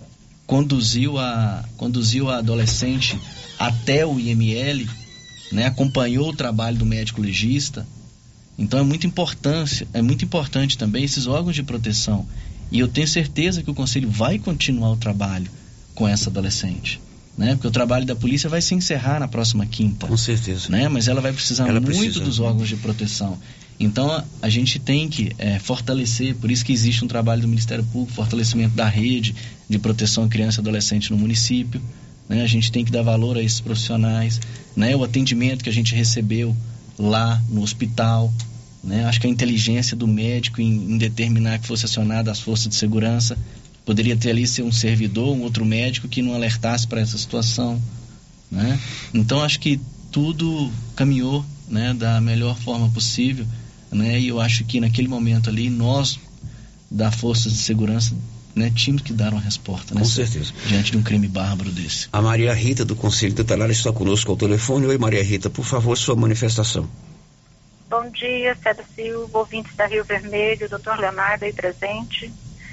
T: conduziu a, conduziu a adolescente até o I M L, né? Acompanhou o trabalho do médico legista. Então é muito importante, é muito importante também esses órgãos de proteção, e eu tenho certeza que o Conselho vai continuar o trabalho com essa adolescente, né? Porque o trabalho da polícia vai se encerrar na próxima quinta.
F: Com certeza.
T: Né? Mas ela vai precisar
F: ela
T: muito
F: precisa.
T: dos órgãos de proteção. Então a, a gente tem que é, fortalecer, por isso que existe um trabalho do Ministério Público, fortalecimento da rede de proteção à criança e adolescente no município, né? A gente tem que dar valor a esses profissionais, né? O atendimento que a gente recebeu lá no hospital, né? Acho que a inteligência do médico em, em determinar que fosse acionada as forças de segurança. Poderia ter ali ser um servidor, um outro médico que não alertasse para essa situação, né? Então acho que tudo caminhou, né, da melhor forma possível, né? E eu acho que naquele momento ali nós da força de segurança, né, tínhamos que dar uma resposta, né?
F: Com certeza.
T: Diante de um crime bárbaro desse.
F: A Maria Rita do Conselho Tutelar está conosco ao telefone. Oi, Maria Rita, por favor, sua manifestação.
U: Bom dia, Célia Silva, ouvintes da Rio Vermelho, doutor Leonardo aí presente.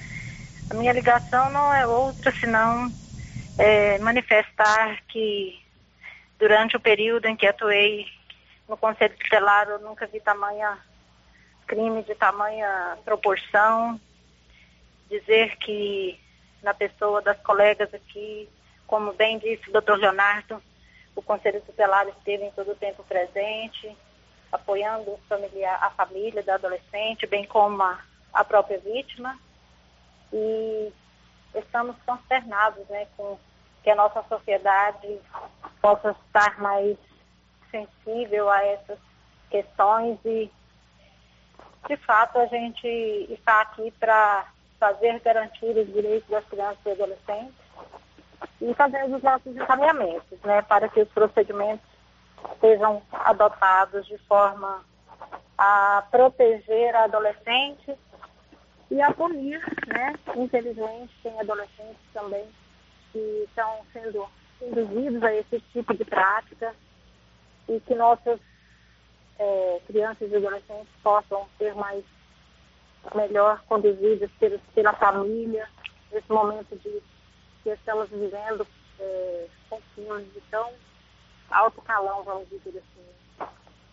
U: A minha ligação não é outra senão é, manifestar que durante o período em que atuei no Conselho Tutelar eu nunca vi tamanha crime de tamanha proporção. Dizer que na pessoa das colegas aqui, como bem disse o doutor Leonardo, o Conselho Tutelar esteve em todo o tempo presente, apoiando o familiar, a família da adolescente, bem como a, a própria vítima. E estamos consternados, né, com que a nossa sociedade possa estar mais sensível a essas questões e, de fato, a gente está aqui para fazer garantir os direitos das crianças e adolescentes e fazer os nossos encaminhamentos, né, para que os procedimentos sejam adotados de forma a proteger a adolescente e a punir, né? Infelizmente, tem adolescentes também que estão sendo induzidos a esse tipo de prática e que nossas é, crianças e adolescentes possam ser mais melhor conduzidas pela, pela família nesse momento de que estamos vivendo é, com filhos de tão alto calão, vamos dizer assim.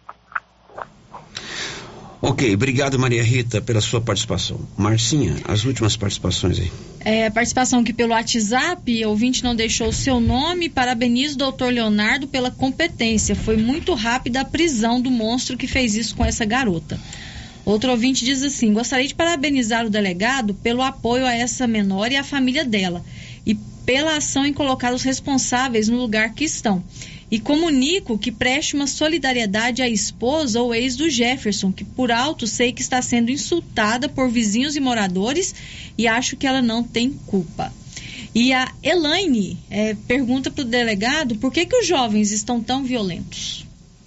F: Ok, obrigado Maria Rita pela sua participação. Marcinha, as últimas participações aí.
S: É, participação aqui pelo WhatsApp, o ouvinte não deixou o seu nome, parabenizo o doutor Leonardo pela competência, foi muito rápida a prisão do monstro que fez isso com essa garota. Outro ouvinte diz assim, gostaria de parabenizar o delegado pelo apoio a essa menor e à família dela, e pela ação em colocar os responsáveis no lugar que estão. E comunico que preste uma solidariedade à esposa ou ex do Jefferson, que por alto sei que está sendo insultada por vizinhos e moradores e acho que ela não tem culpa. E a Elaine é, pergunta para o delegado por que, que os jovens estão tão violentos.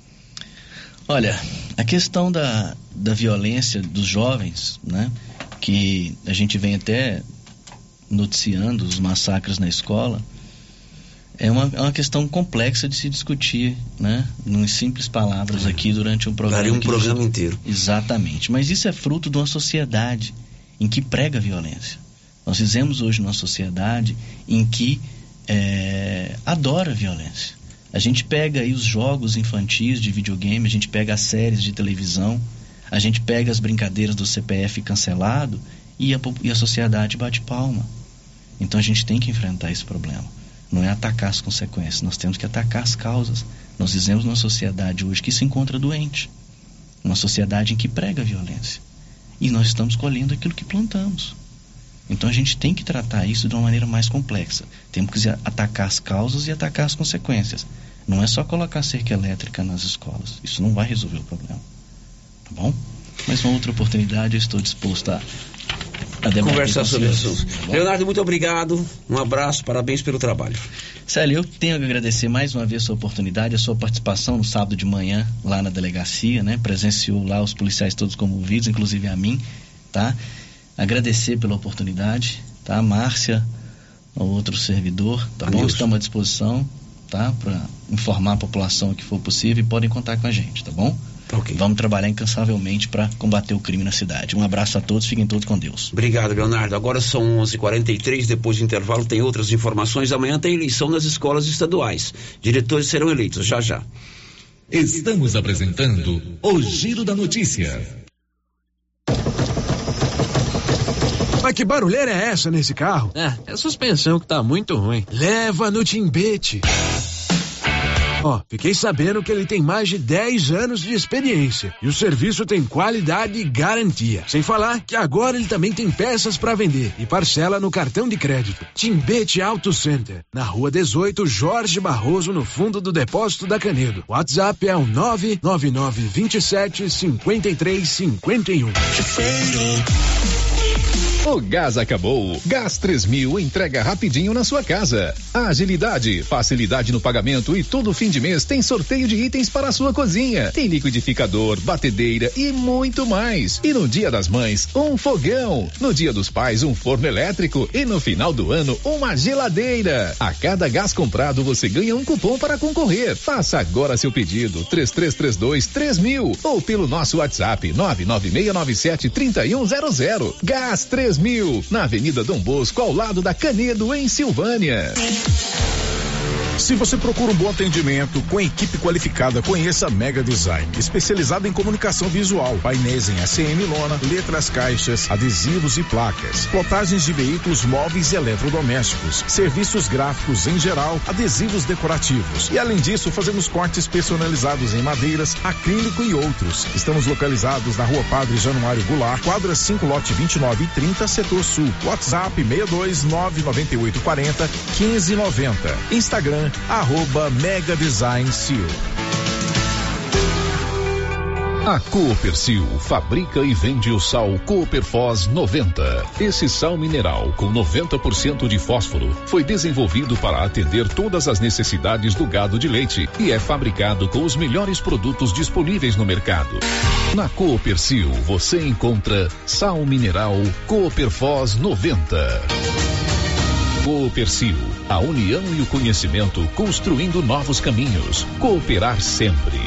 T: Olha, a questão da, da violência dos jovens, né, que a gente vem até noticiando os massacres na escola, é uma, é uma questão complexa de se discutir, né? Em simples palavras aqui durante um programa.
F: Daria um programa gente... inteiro.
T: Exatamente. Mas isso é fruto de uma sociedade em que prega a violência. Nós vivemos hoje numa sociedade em que é, adora a violência. A gente pega aí os jogos infantis de videogame, a gente pega as séries de televisão, a gente pega as brincadeiras do C P F cancelado e a, e a sociedade bate palma. Então a gente tem que enfrentar esse problema. Não é atacar as consequências, nós temos que atacar as causas. Nós vivemos numa sociedade hoje que se encontra doente, uma sociedade em que prega a violência, e nós estamos colhendo aquilo que plantamos. Então a gente tem que tratar isso de uma maneira mais complexa. Temos que atacar as causas e atacar as consequências. Não é só colocar cerca elétrica nas escolas, isso não vai resolver o problema, tá bom? Mas uma outra oportunidade eu estou disposto a
F: conversar sobre isso. Leonardo, muito obrigado, um abraço, parabéns pelo trabalho.
T: Célio, eu tenho que agradecer mais uma vez a sua oportunidade, a sua participação no sábado de manhã lá na delegacia, né? Presenciou lá os policiais todos comovidos, inclusive a mim, tá? Agradecer pela oportunidade, tá? Márcia, o outro servidor, tá bom? Estamos à disposição, tá? Para informar a população o que for possível e podem contar com a gente, tá bom? Okay. Vamos trabalhar incansavelmente para combater o crime na cidade. Um abraço a todos, fiquem todos com Deus.
F: Obrigado, Leonardo. Agora são onze e quarenta e três, depois do intervalo tem outras informações. Amanhã tem eleição nas escolas estaduais. Diretores serão eleitos, já já.
G: Estamos apresentando o Giro da Notícia.
B: Mas que barulheira é essa nesse carro?
C: É, é a suspensão que tá muito ruim.
B: Leva no Timbete. Ó, fiquei sabendo que ele tem mais de dez anos de experiência e o serviço tem qualidade e garantia. Sem falar que agora ele também tem peças para vender e parcela no cartão de crédito. Timbete Auto Center, na rua dezoito, Jorge Barroso, no fundo do depósito da Canedo. O WhatsApp é o nove nove nove, vinte e sete, cinquenta e três, cinquenta e um.
G: O gás acabou. Gás três mil entrega rapidinho na sua casa. Agilidade, facilidade no pagamento e todo fim de mês tem sorteio de itens para a sua cozinha. Tem liquidificador, batedeira e muito mais. E no Dia das Mães, um fogão. No Dia dos Pais, um forno elétrico. E no final do ano, uma geladeira. A cada gás comprado, você ganha um cupom para concorrer. Faça agora seu pedido. três três três dois, três mil ou pelo nosso WhatsApp nove nove seis nove sete, três um zero zero. Gás três mil, na Avenida Dom Bosco, ao lado da Canedo, em Silvânia.
A: Se você procura um bom atendimento com equipe qualificada, conheça a Mega Design, especializada em comunicação visual, painéis em A C M lona, letras, caixas, adesivos e placas, plotagens de veículos móveis e eletrodomésticos, serviços gráficos em geral, adesivos decorativos. E além disso, fazemos cortes personalizados em madeiras, acrílico e outros. Estamos localizados na Rua Padre Januário Goulart, quadra cinco, lote vinte e nove e trinta, setor sul. WhatsApp seis dois nove nove oito quatro zero um cinco nove zero. Instagram arroba Mega Design Seal.
G: A Coopercil fabrica e vende o sal Cooperfos noventa. Esse sal mineral com noventa por cento de fósforo foi desenvolvido para atender todas as necessidades do gado de leite e é fabricado com os melhores produtos disponíveis no mercado. Na Coopercil você encontra sal mineral Cooperfos noventa. Coopercil, a união e o conhecimento construindo novos caminhos. Cooperar sempre.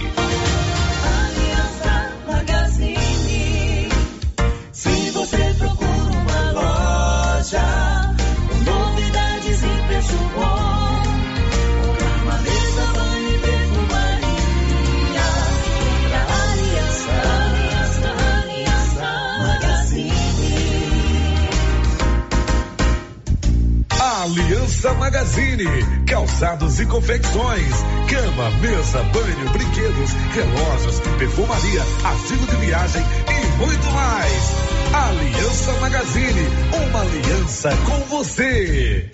D: Se você procura uma loja com novidades e preço bom, cama, mesa, banho e perfumaria, pra Aliança, Aliança, Aliança Magazine.
V: Aliança Magazine, calçados e confecções, cama, mesa, banho, brinquedos, relógios, perfumaria, artigo de viagem e muito mais. Aliança Magazine, uma aliança com você.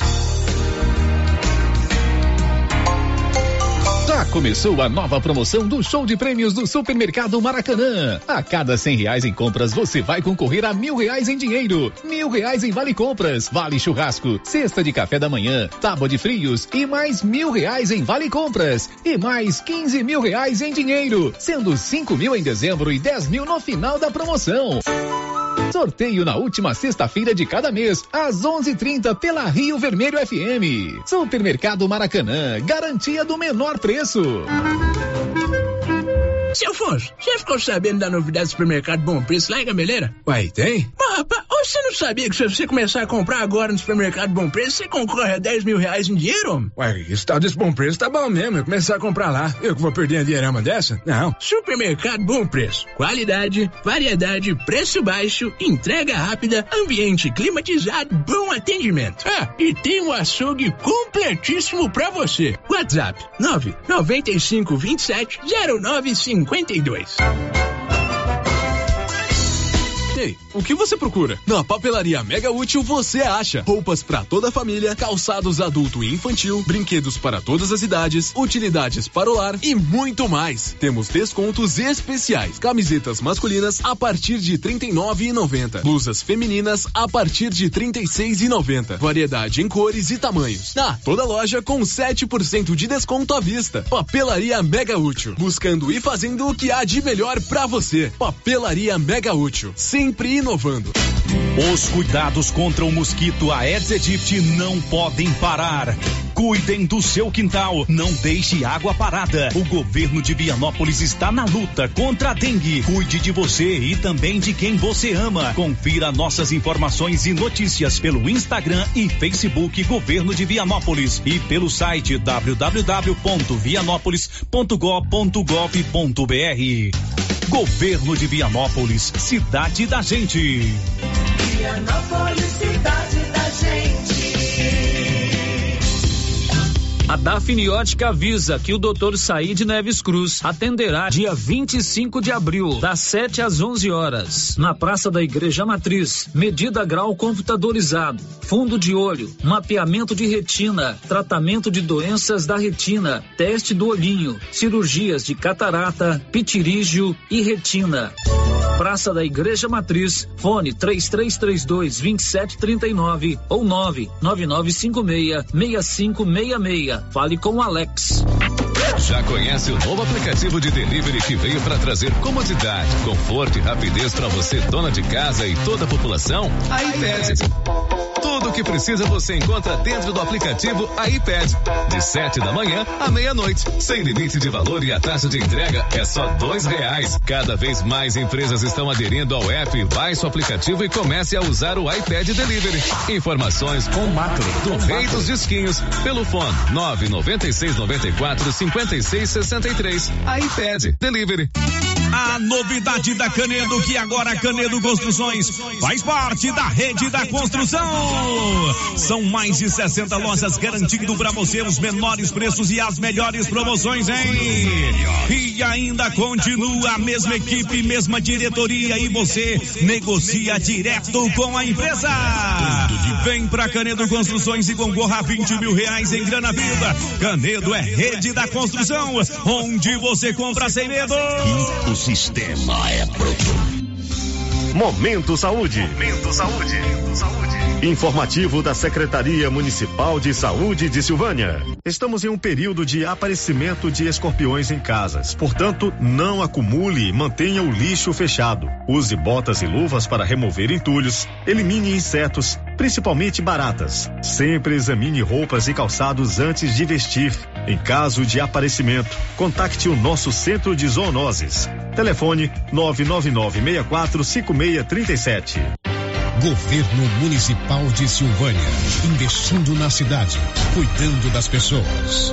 G: Já começou a nova promoção do show de prêmios do Supermercado Maracanã. A cada cem reais em compras, você vai concorrer a mil reais em dinheiro, mil reais em vale compras, vale churrasco, cesta de café da manhã, tábua de frios e mais mil reais em vale compras e mais quinze mil reais em dinheiro, sendo cinco mil em dezembro e dez mil no final da promoção. Sorteio na última sexta-feira de cada mês, às onze e trinta pela Rio Vermelho F M. Supermercado Maracanã, garantia do menor preço.
W: Seu Afonso, você ficou sabendo da novidade do supermercado Bom Preço lá em Gameleira?
L: Uai, tem?
W: Mas, rapaz, você não sabia que se você começar a comprar agora no supermercado Bom Preço, você concorre a dez mil reais em dinheiro, homem?
L: Uai, esse tal desse Bom Preço tá bom mesmo, eu começar a comprar lá. Eu que vou perder a dinheirama dessa? Não.
W: Supermercado Bom Preço. Qualidade, variedade, preço baixo, entrega rápida, ambiente climatizado, bom atendimento. Ah, e tem um açougue completíssimo pra você. WhatsApp nove nove cinco dois sete zero nove cinco dois.
L: Ei, o que você procura? Na Papelaria Mega Útil você acha roupas para toda a família, calçados adulto e infantil, brinquedos para todas as idades, utilidades para o lar e muito mais. Temos descontos especiais, camisetas masculinas a partir de trinta e nove reais e noventa, blusas femininas a partir de trinta e seis reais e noventa, variedade em cores e tamanhos. Ah, toda loja com sete por cento de desconto à vista. Papelaria Mega Útil, buscando e fazendo o que há de melhor para você. Papelaria Mega Útil, sempre inovando.
X: Os cuidados contra o mosquito Aedes aegypti não podem parar. Cuidem do seu quintal, não deixe água parada. O governo de Vianópolis está na luta contra a dengue. Cuide de você e também de quem você ama. Confira nossas informações e notícias pelo Instagram e Facebook Governo de Vianópolis e pelo site w w w ponto vianópolis ponto gov ponto gov ponto b r. Governo de Vianópolis, cidade da gente.
D: Vianópolis, cidade da gente.
I: A Dafniótica avisa que o doutor Saíde Neves Cruz atenderá dia vinte e cinco de abril, das sete às onze horas, na Praça da Igreja Matriz. Medida grau computadorizado, fundo de olho, mapeamento de retina, tratamento de doenças da retina, teste do olhinho, cirurgias de catarata, pitirígio e retina. Praça da Igreja Matriz, fone três três três dois, dois sete três nove ou nove nove nove cinco seis, seis cinco seis seis. Fale com o Alex.
G: Já conhece o novo aplicativo de delivery que veio para trazer comodidade, conforto e rapidez para você, dona de casa e toda a população? A iTese. Tudo
H: que precisa você encontra dentro do aplicativo iPad. De sete da manhã à meia-noite, sem limite de valor e a taxa de entrega é só dois reais. Cada vez mais empresas estão aderindo ao app. Baixe o aplicativo e comece a usar o iPad Delivery. Informações com Macro, do Rei dos Disquinhos, pelo fone nove nove seis nove quatro cinco seis seis três. iPad Delivery.
J: A novidade da Canedo, que agora a Canedo Construções faz parte da rede da construção. São mais de sessenta lojas garantindo para você os menores preços e as melhores promoções, hein? E ainda continua a mesma equipe, mesma diretoria e você negocia direto com a empresa. Vem pra Canedo Construções e concorra a vinte mil reais em grana viva. Canedo é rede da construção, onde você compra sem medo.
K: O sistema é pronto. Momento Saúde. Momento Saúde. Saúde. Informativo da Secretaria Municipal de Saúde de Silvânia. Estamos em um período de aparecimento de escorpiões em casas. Portanto, não acumule e mantenha o lixo fechado. Use botas e luvas para remover entulhos. Elimine insetos, principalmente baratas. Sempre examine roupas e calçados antes de vestir. Em caso de aparecimento, contacte o nosso centro de zoonoses. Telefone nove nove nove seis quatro cinco seis três sete.
M: Governo Municipal de Silvânia, investindo na cidade, cuidando das pessoas.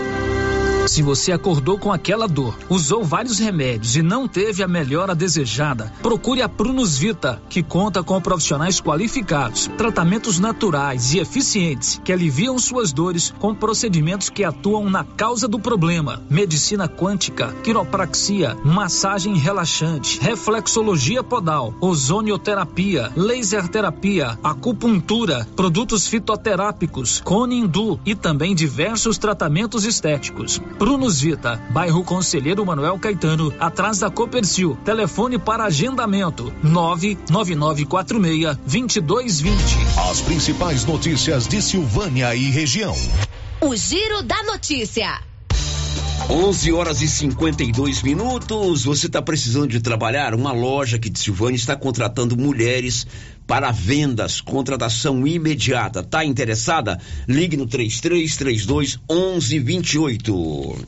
I: Se você acordou com aquela dor, usou vários remédios e não teve a melhora desejada, procure a Prunus Vita, que conta com profissionais qualificados, tratamentos naturais e eficientes que aliviam suas dores com procedimentos que atuam na causa do problema. Medicina quântica, quiropraxia, massagem relaxante, reflexologia podal, ozonioterapia, laser terapia, acupuntura, produtos fitoterápicos, cone hindu e também diversos tratamentos estéticos. Prunus Vita, bairro Conselheiro Manuel Caetano, atrás da Copercil. Telefone para agendamento nove nove nove quatro seis dois dois dois zero.
M: As principais notícias de Silvânia e região.
E: O Giro da Notícia.
F: onze horas e cinquenta e dois minutos. Você está precisando de trabalhar? Uma loja aqui de Silvânia está contratando mulheres para vendas, contratação imediata. Tá interessada? Ligue no três três três dois um um dois oito.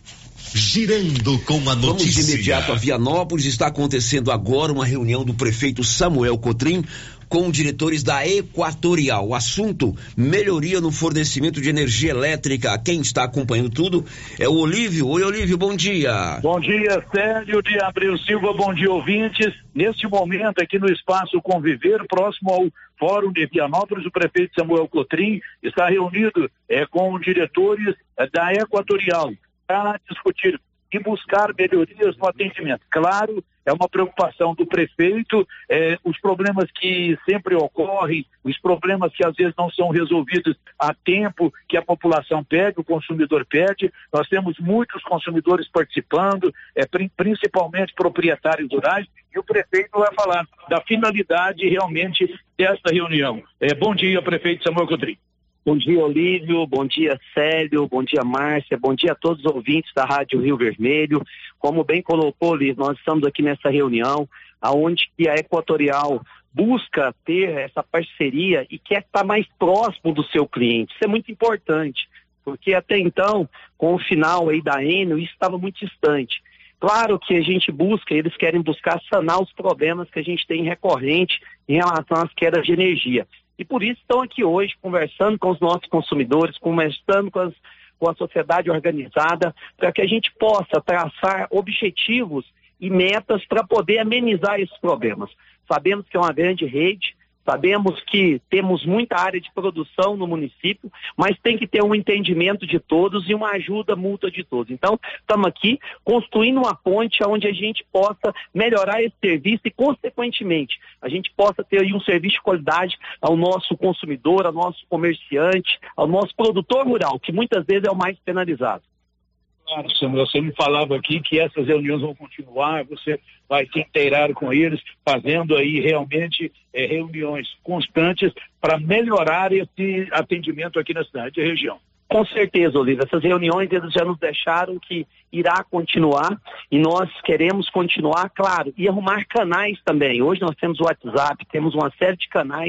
M: Girando com a notícia.
F: Vamos de imediato a Vianópolis. Está acontecendo agora uma reunião do prefeito Samuel Cotrim com diretores da Equatorial. O assunto, melhoria no fornecimento de energia elétrica. Quem está acompanhando tudo é o Olívio. Oi, Olívio, bom dia.
Y: Bom dia, Célio de Abreu Silva, bom dia, ouvintes. Neste momento, aqui no Espaço Conviver, próximo ao Fórum de Vianópolis, o prefeito Samuel Cotrim está reunido é, com diretores é, da Equatorial para discutir e buscar melhorias no atendimento. Claro, é uma preocupação do prefeito, eh, os problemas que sempre ocorrem, os problemas que às vezes não são resolvidos a tempo, que a população pede, o consumidor pede. Nós temos muitos consumidores participando, eh, principalmente proprietários rurais, e o prefeito vai falar da finalidade realmente desta reunião. Eh, bom dia, prefeito Samuel Cotrim.
Z: Bom dia, Olívio, bom dia, Célio, bom dia, Márcia, bom dia a todos os ouvintes da Rádio Rio Vermelho. Como bem colocou, Olívio, nós estamos aqui nessa reunião, onde a Equatorial busca ter essa parceria e quer estar mais próximo do seu cliente. Isso é muito importante, porque até então, com o final aí da Enel, isso estava muito distante. Claro que a gente busca, eles querem buscar sanar os problemas que a gente tem recorrente em relação às quedas de energia. E por isso estão aqui hoje conversando com os nossos consumidores, conversando com, as, com a sociedade organizada, para que a gente possa traçar objetivos e metas para poder amenizar esses problemas. Sabemos que é uma grande rede, sabemos que temos muita área de produção no município, mas tem que ter um entendimento de todos e uma ajuda mútua de todos. Então, estamos aqui construindo uma ponte onde a gente possa melhorar esse serviço e, consequentemente, a gente possa ter aí um serviço de qualidade ao nosso consumidor, ao nosso comerciante, ao nosso produtor rural, que muitas vezes é o mais penalizado.
Y: Claro, Samuel, você me falava aqui que essas reuniões vão continuar, você vai se inteirar com eles, fazendo aí realmente é, reuniões constantes para melhorar esse atendimento aqui na cidade e região.
Z: Com certeza, Olívia, essas reuniões eles já nos deixaram que irá continuar e nós queremos continuar, claro, e arrumar canais também. Hoje nós temos o WhatsApp, temos uma série de canais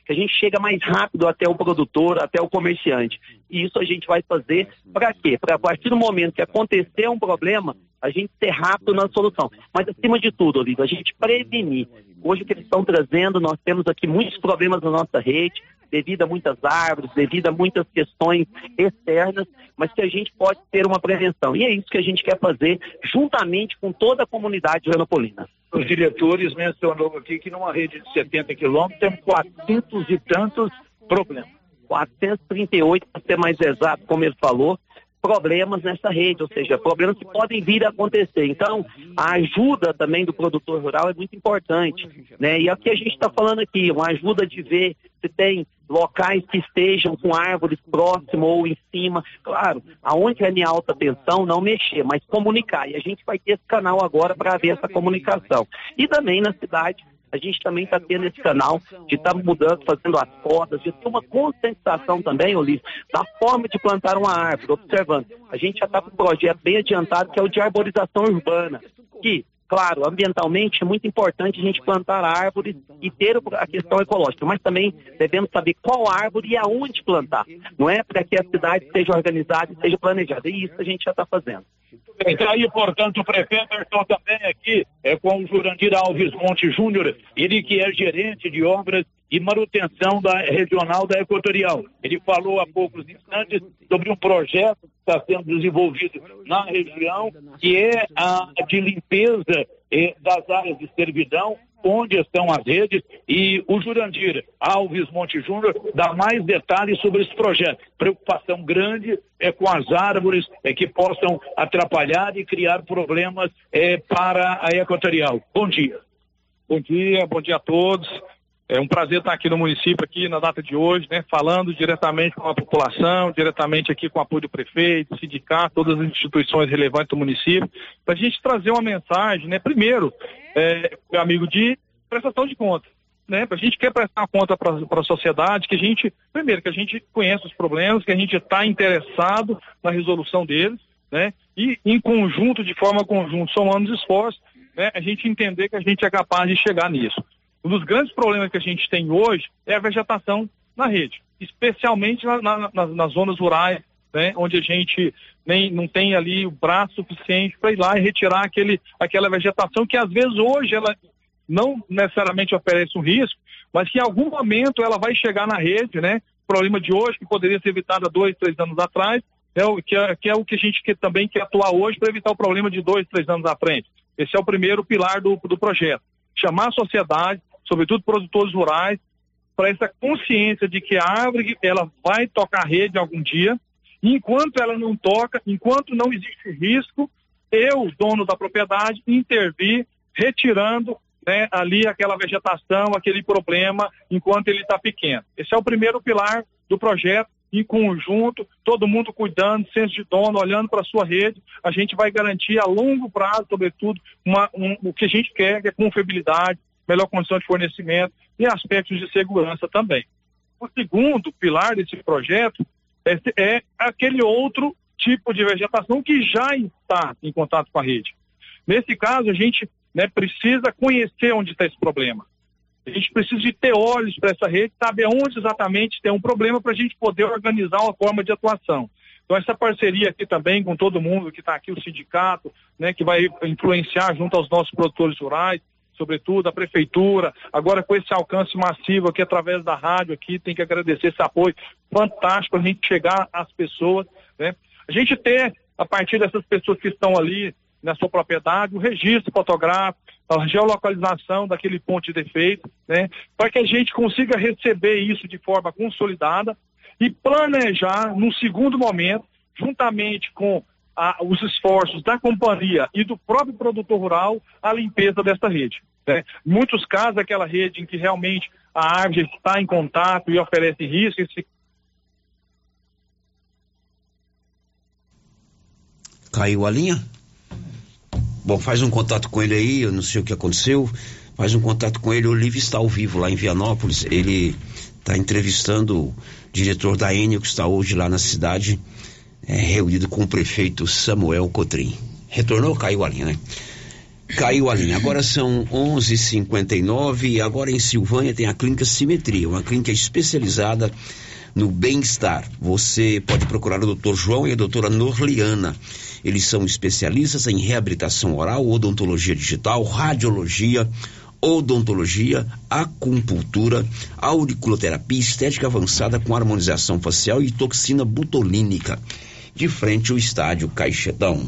Z: que a gente chega mais rápido até o produtor, até o comerciante. E isso a gente vai fazer para quê? Para a partir do momento que acontecer um problema, a gente ser rápido na solução. Mas acima de tudo, Olívio, a gente prevenir. Hoje o que eles estão trazendo, nós temos aqui muitos problemas na nossa rede, devido a muitas árvores, devido a muitas questões externas, mas que a gente pode ter uma prevenção. E é isso que a gente quer fazer, juntamente com toda a comunidade rionopolina.
Y: Os diretores mencionou aqui que numa rede de setenta quilômetros tem quatrocentos e tantos problemas.
Z: quatrocentos e trinta e oito, para ser mais exato, como ele falou, problemas nessa rede, ou seja, problemas que podem vir a acontecer. Então, a ajuda também do produtor rural é muito importante, né? E aqui a gente está falando aqui, uma ajuda de ver se tem locais que estejam com árvores próximo ou em cima. Claro, aonde é em alta tensão, não mexer, mas comunicar. E a gente vai ter esse canal agora para ver essa comunicação. E também na cidade, a gente também está tendo esse canal de estar tá mudando, fazendo as podas, de ter uma conscientização também, Ulisses, da forma de plantar uma árvore, observando. A gente já está com um projeto bem adiantado, que é o de arborização urbana, que, claro, ambientalmente é muito importante a gente plantar árvores e ter a questão ecológica, mas também devemos saber qual árvore e aonde plantar, não é? Para que a cidade seja organizada e seja planejada, e isso a gente já está fazendo.
Y: Então aí, portanto, o prefeito estou também aqui é com o Jurandir Alves Monte Júnior, ele que é gerente de obras e manutenção da regional da Equatorial. Ele falou há poucos instantes sobre um projeto que está sendo desenvolvido na região, que é a de limpeza eh, das áreas de servidão, onde estão as redes, e o Jurandir Alves Monte Júnior dá mais detalhes sobre esse projeto. Preocupação grande é com as árvores é, que possam atrapalhar e criar problemas é, para a Equatorial. Bom dia.
N: Bom dia, bom dia a todos. É um prazer estar aqui no município, aqui na data de hoje, né, falando diretamente com a população, diretamente aqui com o apoio do prefeito, sindicato, todas as instituições relevantes do município, para a gente trazer uma mensagem, né, primeiro, é, meu amigo, de prestação de conta, né, para a gente quer prestar conta para a sociedade, que a gente, primeiro, que a gente conhece os problemas, que a gente está interessado na resolução deles, né, e em conjunto, de forma conjunta, somando os esforços, né, a gente entender que a gente é capaz de chegar nisso. Um dos grandes problemas que a gente tem hoje é a vegetação na rede, especialmente na, na, nas, nas zonas rurais, né, onde a gente nem, não tem ali o braço suficiente para ir lá e retirar aquele, aquela vegetação que às vezes hoje ela não necessariamente oferece um risco, mas que em algum momento ela vai chegar na rede, né? O problema de hoje que poderia ser evitado há dois, três anos atrás, é o, que, é, que é o que a gente quer, também quer atuar hoje para evitar o problema de dois, três anos à frente. Esse é o primeiro pilar do, do projeto. Chamar a sociedade, sobretudo produtores rurais, para essa consciência de que a árvore ela vai tocar a rede algum dia, e enquanto ela não toca, enquanto não existe risco, eu, dono da propriedade, intervir, retirando, né, ali aquela vegetação, aquele problema, enquanto ele está pequeno. Esse é o primeiro pilar do projeto, em conjunto, todo mundo cuidando, senso de dono, olhando para a sua rede, a gente vai garantir a longo prazo, sobretudo, uma, um, o que a gente quer, que é confiabilidade, melhor condição de fornecimento e aspectos de segurança também. O segundo pilar desse projeto é, é aquele outro tipo de vegetação que já está em contato com a rede. Nesse caso, a gente, né, precisa conhecer onde está esse problema. A gente precisa de ter olhos para essa rede, saber onde exatamente tem um problema para a gente poder organizar uma forma de atuação. Então, essa parceria aqui também com todo mundo que está aqui, o sindicato, né, que vai influenciar junto aos nossos produtores rurais, sobretudo a prefeitura, agora com esse alcance massivo aqui através da rádio aqui, tem que agradecer esse apoio fantástico para a gente chegar às pessoas, né? A gente ter, a partir dessas pessoas que estão ali na sua propriedade, o registro fotográfico, a geolocalização daquele ponto de defeito, né? Para que a gente consiga receber isso de forma consolidada e planejar, num segundo momento, juntamente com a, os esforços da companhia e do próprio produtor rural, a limpeza dessa rede, né? Em muitos casos, aquela rede em que realmente a árvore está em contato e oferece risco. Esse...
F: Caiu a linha? Bom, faz um contato com ele aí, eu não sei o que aconteceu, faz um contato com ele, o Olívio está ao vivo lá em Vianópolis, ele está entrevistando o diretor da Enel, que está hoje lá na cidade, é, reunido com o prefeito Samuel Cotrim. Retornou? Caiu a linha, né? Caiu a linha. Agora são onze e cinquenta e nove e agora em Silvânia tem a Clínica Simetria, uma clínica especializada no bem-estar. Você pode procurar o doutor João e a doutora Norliana. Eles são especialistas em reabilitação oral, odontologia digital, radiologia, odontologia, acupuntura, auriculoterapia, estética avançada com harmonização facial e toxina botulínica. De frente ao estádio Caixetão.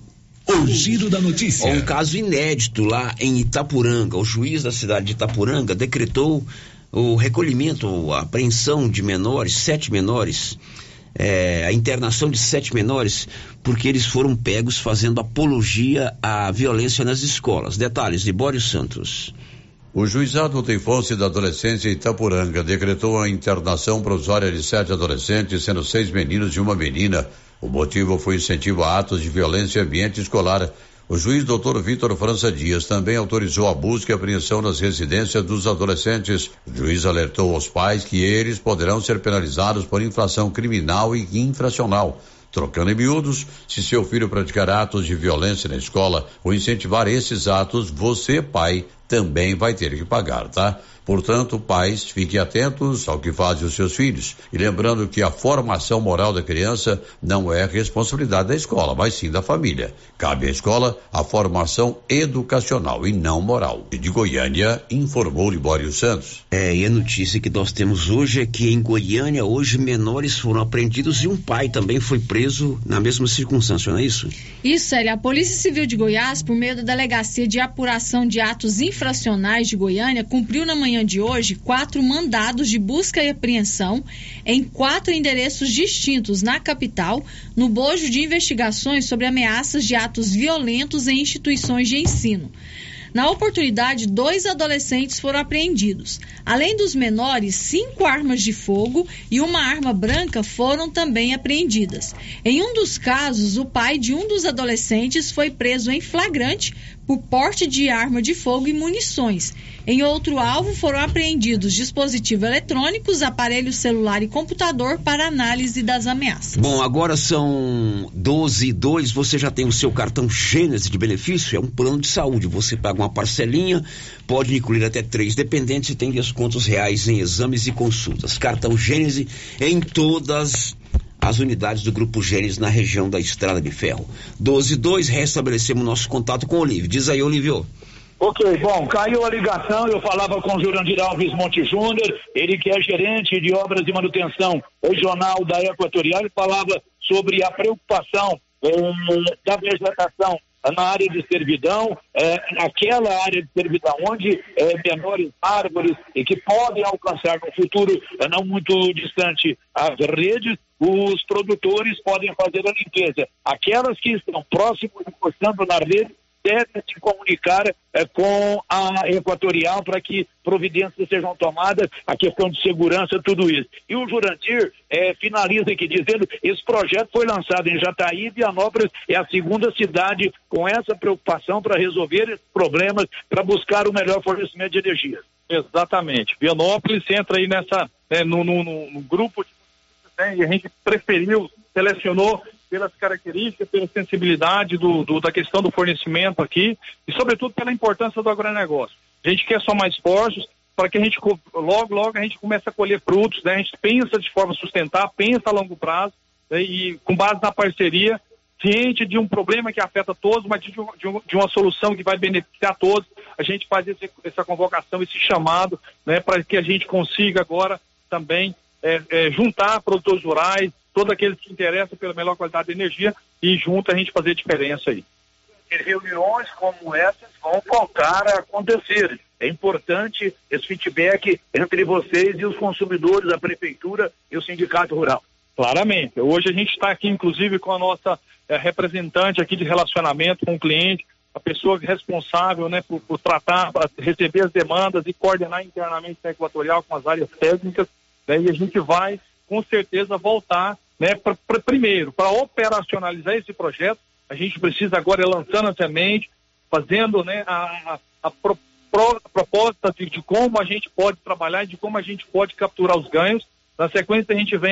M: O giro da notícia.
F: Um caso inédito lá em Itapuranga. O juiz da cidade de Itapuranga decretou o recolhimento, a apreensão de menores, sete menores, é, a internação de sete menores, porque eles foram pegos fazendo apologia à violência nas escolas. Detalhes de Bório Santos.
O: O Juizado da Infância e da Adolescência Itapuranga decretou a internação provisória de sete adolescentes, sendo seis meninos e uma menina. O motivo foi incentivo a atos de violência em ambiente escolar. O juiz doutor Vitor França Dias também autorizou a busca e apreensão nas residências dos adolescentes. O juiz alertou aos pais que eles poderão ser penalizados por infração criminal e infracional. Trocando em miúdos, se seu filho praticar atos de violência na escola ou incentivar esses atos, você, pai, também vai ter que pagar, tá? Portanto, pais, fiquem atentos ao que fazem os seus filhos. E lembrando que a formação moral da criança não é responsabilidade da escola, mas sim da família. Cabe à escola a formação educacional e não moral. E de Goiânia, informou Libório Santos.
F: É, e a notícia que nós temos hoje é que em Goiânia, hoje, menores foram apreendidos e um pai também foi preso na mesma circunstância, não é isso?
P: Isso, Célia. A Polícia Civil de Goiás, por meio da Delegacia de Apuração de Atos Infracionais de Goiânia, cumpriu na manhã de hoje quatro mandados de busca e apreensão em quatro endereços distintos na capital, no bojo de investigações sobre ameaças de atos violentos em instituições de ensino. Na oportunidade, dois adolescentes foram apreendidos. Além dos menores, cinco armas de fogo e uma arma branca foram também apreendidas. Em um dos casos, o pai de um dos adolescentes foi preso em flagrante por porte de arma de fogo e munições. Em outro alvo, foram apreendidos dispositivos eletrônicos, aparelho celular e computador para análise das ameaças.
F: Bom, agora são doze e dois, você já tem o seu cartão Gênese de benefício, é um plano de saúde, você paga uma parcelinha, pode incluir até três dependentes e tem descontos reais em exames e consultas. Cartão Gênese em todas as unidades do Grupo Gênesis na região da Estrada de Ferro. doze e dois, restabelecemos nosso contato com o Olívio. Diz aí, Olívio.
Y: Ok, bom, caiu a ligação, eu falava com o Jurandir Alves Monte Júnior, ele que é gerente de obras de manutenção regional da Equatorial, ele falava sobre a preocupação um, da vegetação na área de servidão, é, naquela área de servidão onde é, menores árvores e que podem alcançar no futuro é, não muito distante as redes, os produtores podem fazer a limpeza. Aquelas que estão próximas, encostando na rede, devem se comunicar é, com a Equatorial para que providências sejam tomadas, a questão de segurança, tudo isso. E o Jurandir é, finaliza aqui dizendo que esse projeto foi lançado em Jataí, Vianópolis é a segunda cidade com essa preocupação para resolver esses problemas, para buscar o melhor fornecimento de energia.
N: Exatamente. Vianópolis entra aí nessa, né, no, no, no grupo de, né, e a gente preferiu, selecionou pelas características, pela sensibilidade do, do, da questão do fornecimento aqui e, sobretudo, pela importância do agronegócio. A gente quer somar esforços para que a gente, logo, logo, a gente comece a colher frutos, né? A gente pensa de forma sustentável, pensa a longo prazo, né? E com base na parceria, ciente de um problema que afeta todos, mas de, de, de uma solução que vai beneficiar todos, a gente faz esse, essa convocação, esse chamado, né? Para que a gente consiga agora também é, é, juntar produtores rurais, todos aqueles que interessam pela melhor qualidade de energia e junto a gente fazer diferença aí.
Y: E reuniões como essas vão voltar a acontecer. É importante esse feedback entre vocês e os consumidores, a prefeitura e o sindicato rural.
N: Claramente. Hoje a gente está aqui, inclusive, com a nossa é, representante aqui de relacionamento com o cliente, a pessoa responsável, né, por, por tratar, receber as demandas e coordenar internamente a Equatorial com as áreas técnicas, né, e a gente vai, com certeza, voltar, né, pra, pra, primeiro, para operacionalizar esse projeto, a gente precisa agora ir lançando a semente, fazendo, né, a, a, a, pro, pro, a proposta de, de como a gente pode trabalhar e de como a gente pode capturar os ganhos. Na sequência, a gente vem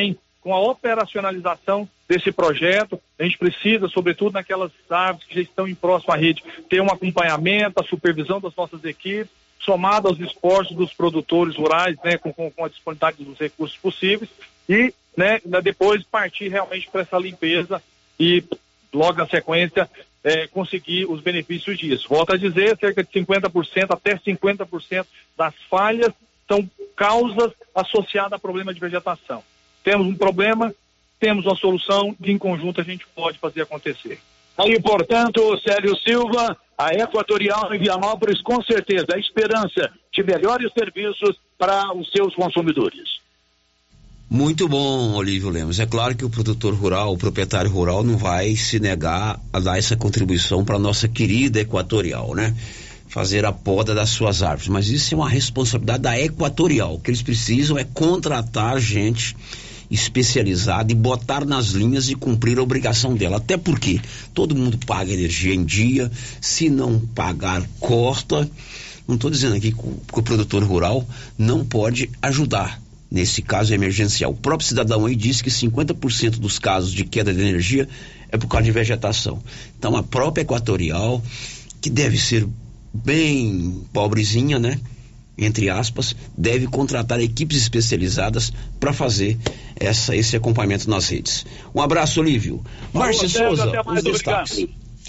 N: com a operacionalização desse projeto. A gente precisa, sobretudo naquelas árvores que já estão em próximo à rede, ter um acompanhamento, a supervisão das nossas equipes, somado aos esforços dos produtores rurais, né, com, com, com a disponibilidade dos recursos possíveis, e né, depois partir realmente para essa limpeza e logo na sequência é, conseguir os benefícios disso. Volto a dizer, cerca de cinquenta por cento até cinquenta por cento das falhas são causas associadas a problema de vegetação. Temos um problema, temos uma solução, e em conjunto a gente pode fazer acontecer.
Y: Aí, portanto, Célio Silva, a Equatorial em Vianópolis, com certeza, a esperança de melhores serviços para os seus consumidores.
F: Muito bom, Olívio Lemos. É claro que o produtor rural, o proprietário rural não vai se negar a dar essa contribuição para a nossa querida Equatorial, né? Fazer a poda das suas árvores. Mas isso é uma responsabilidade da Equatorial. O que eles precisam é contratar gente especializada e botar nas linhas e cumprir a obrigação dela. Até porque todo mundo paga energia em dia. Se não pagar, corta. Não estou dizendo aqui que o, que o produtor rural não pode ajudar. Nesse caso emergencial. O próprio cidadão aí disse que cinquenta por cento dos casos de queda de energia é por causa de vegetação. Então a própria Equatorial, que deve ser bem pobrezinha, né? Entre aspas, deve contratar equipes especializadas para fazer essa, esse acompanhamento nas redes. Um abraço, Olívio. Márcia Souza, os destaques.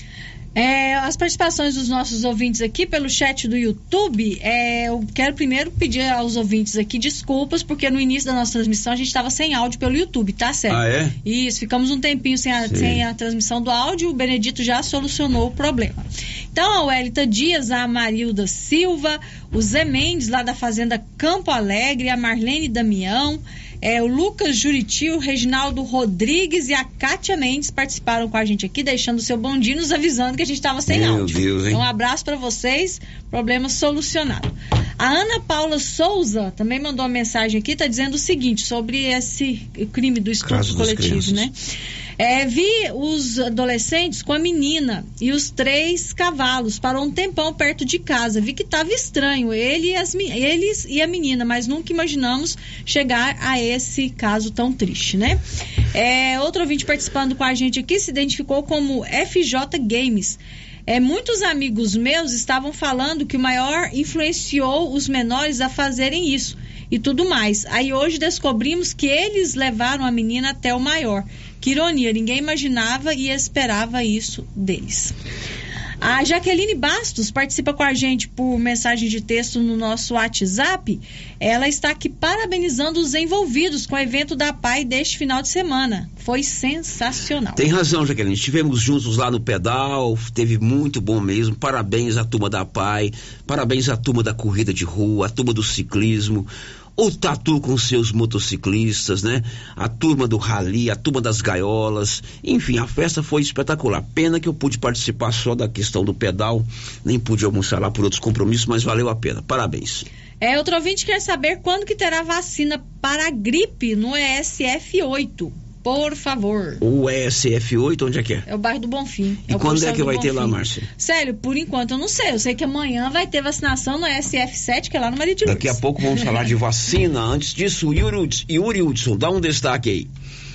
P: É, as participações dos nossos ouvintes aqui pelo chat do YouTube, é, eu quero primeiro pedir aos ouvintes aqui desculpas, porque no início da nossa transmissão a gente estava sem áudio pelo YouTube, tá certo?
F: Ah, é?
P: Isso, ficamos um tempinho sem a, sem a transmissão do áudio, o Benedito já solucionou o problema. Então, a Welita Dias, a Marilda Silva, o Zé Mendes, lá da Fazenda Campo Alegre, a Marlene Damião, É, o Lucas Juriti, o Reginaldo Rodrigues e a Kátia Mendes participaram com a gente aqui, deixando o seu bondinho, nos avisando que a gente estava sem
F: Meu
P: áudio.
F: Deus, hein?
P: Então, um abraço para vocês, problema solucionado. A Ana Paula Souza também mandou uma mensagem aqui, está dizendo o seguinte, sobre esse crime do estupro coletivo, né? É, vi os adolescentes com a menina e os três cavalos, parou um tempão perto de casa, vi que estava estranho, ele e as, eles e a menina, mas nunca imaginamos chegar a esse caso tão triste, né? É, outro ouvinte participando com a gente aqui se identificou como F J Games. É, muitos amigos meus estavam falando que o maior influenciou os menores a fazerem isso e tudo mais. Aí hoje descobrimos que eles levaram a menina até o maior. Que ironia, ninguém imaginava e esperava isso deles. A Jaqueline Bastos participa com a gente por mensagem de texto no nosso WhatsApp. Ela está aqui parabenizando os envolvidos com o evento da P A I deste final de semana. Foi sensacional.
F: Tem razão, Jaqueline. Estivemos juntos lá no pedal, teve muito bom mesmo. Parabéns à turma da P A I, parabéns à turma da corrida de rua, à turma do ciclismo. O Tatu com seus motociclistas, né? A turma do rally, a turma das gaiolas, enfim, a festa foi espetacular. Pena que eu pude participar só da questão do pedal, nem pude almoçar lá por outros compromissos, mas valeu a pena. Parabéns.
P: É, outro ouvinte quer saber quando que terá vacina para a gripe no E S F oito. Por favor.
F: O E S F oito, onde é que é?
P: É o bairro do Bonfim.
F: E
P: é
F: quando é que vai ter lá, Márcia?
P: Sério, por enquanto eu não sei. Eu sei que amanhã vai ter vacinação no E S F sete, que é lá no Maria de Lourdes.
F: Daqui a pouco vamos falar de vacina. Antes disso, Yuri Hudson, dá um destaque aí.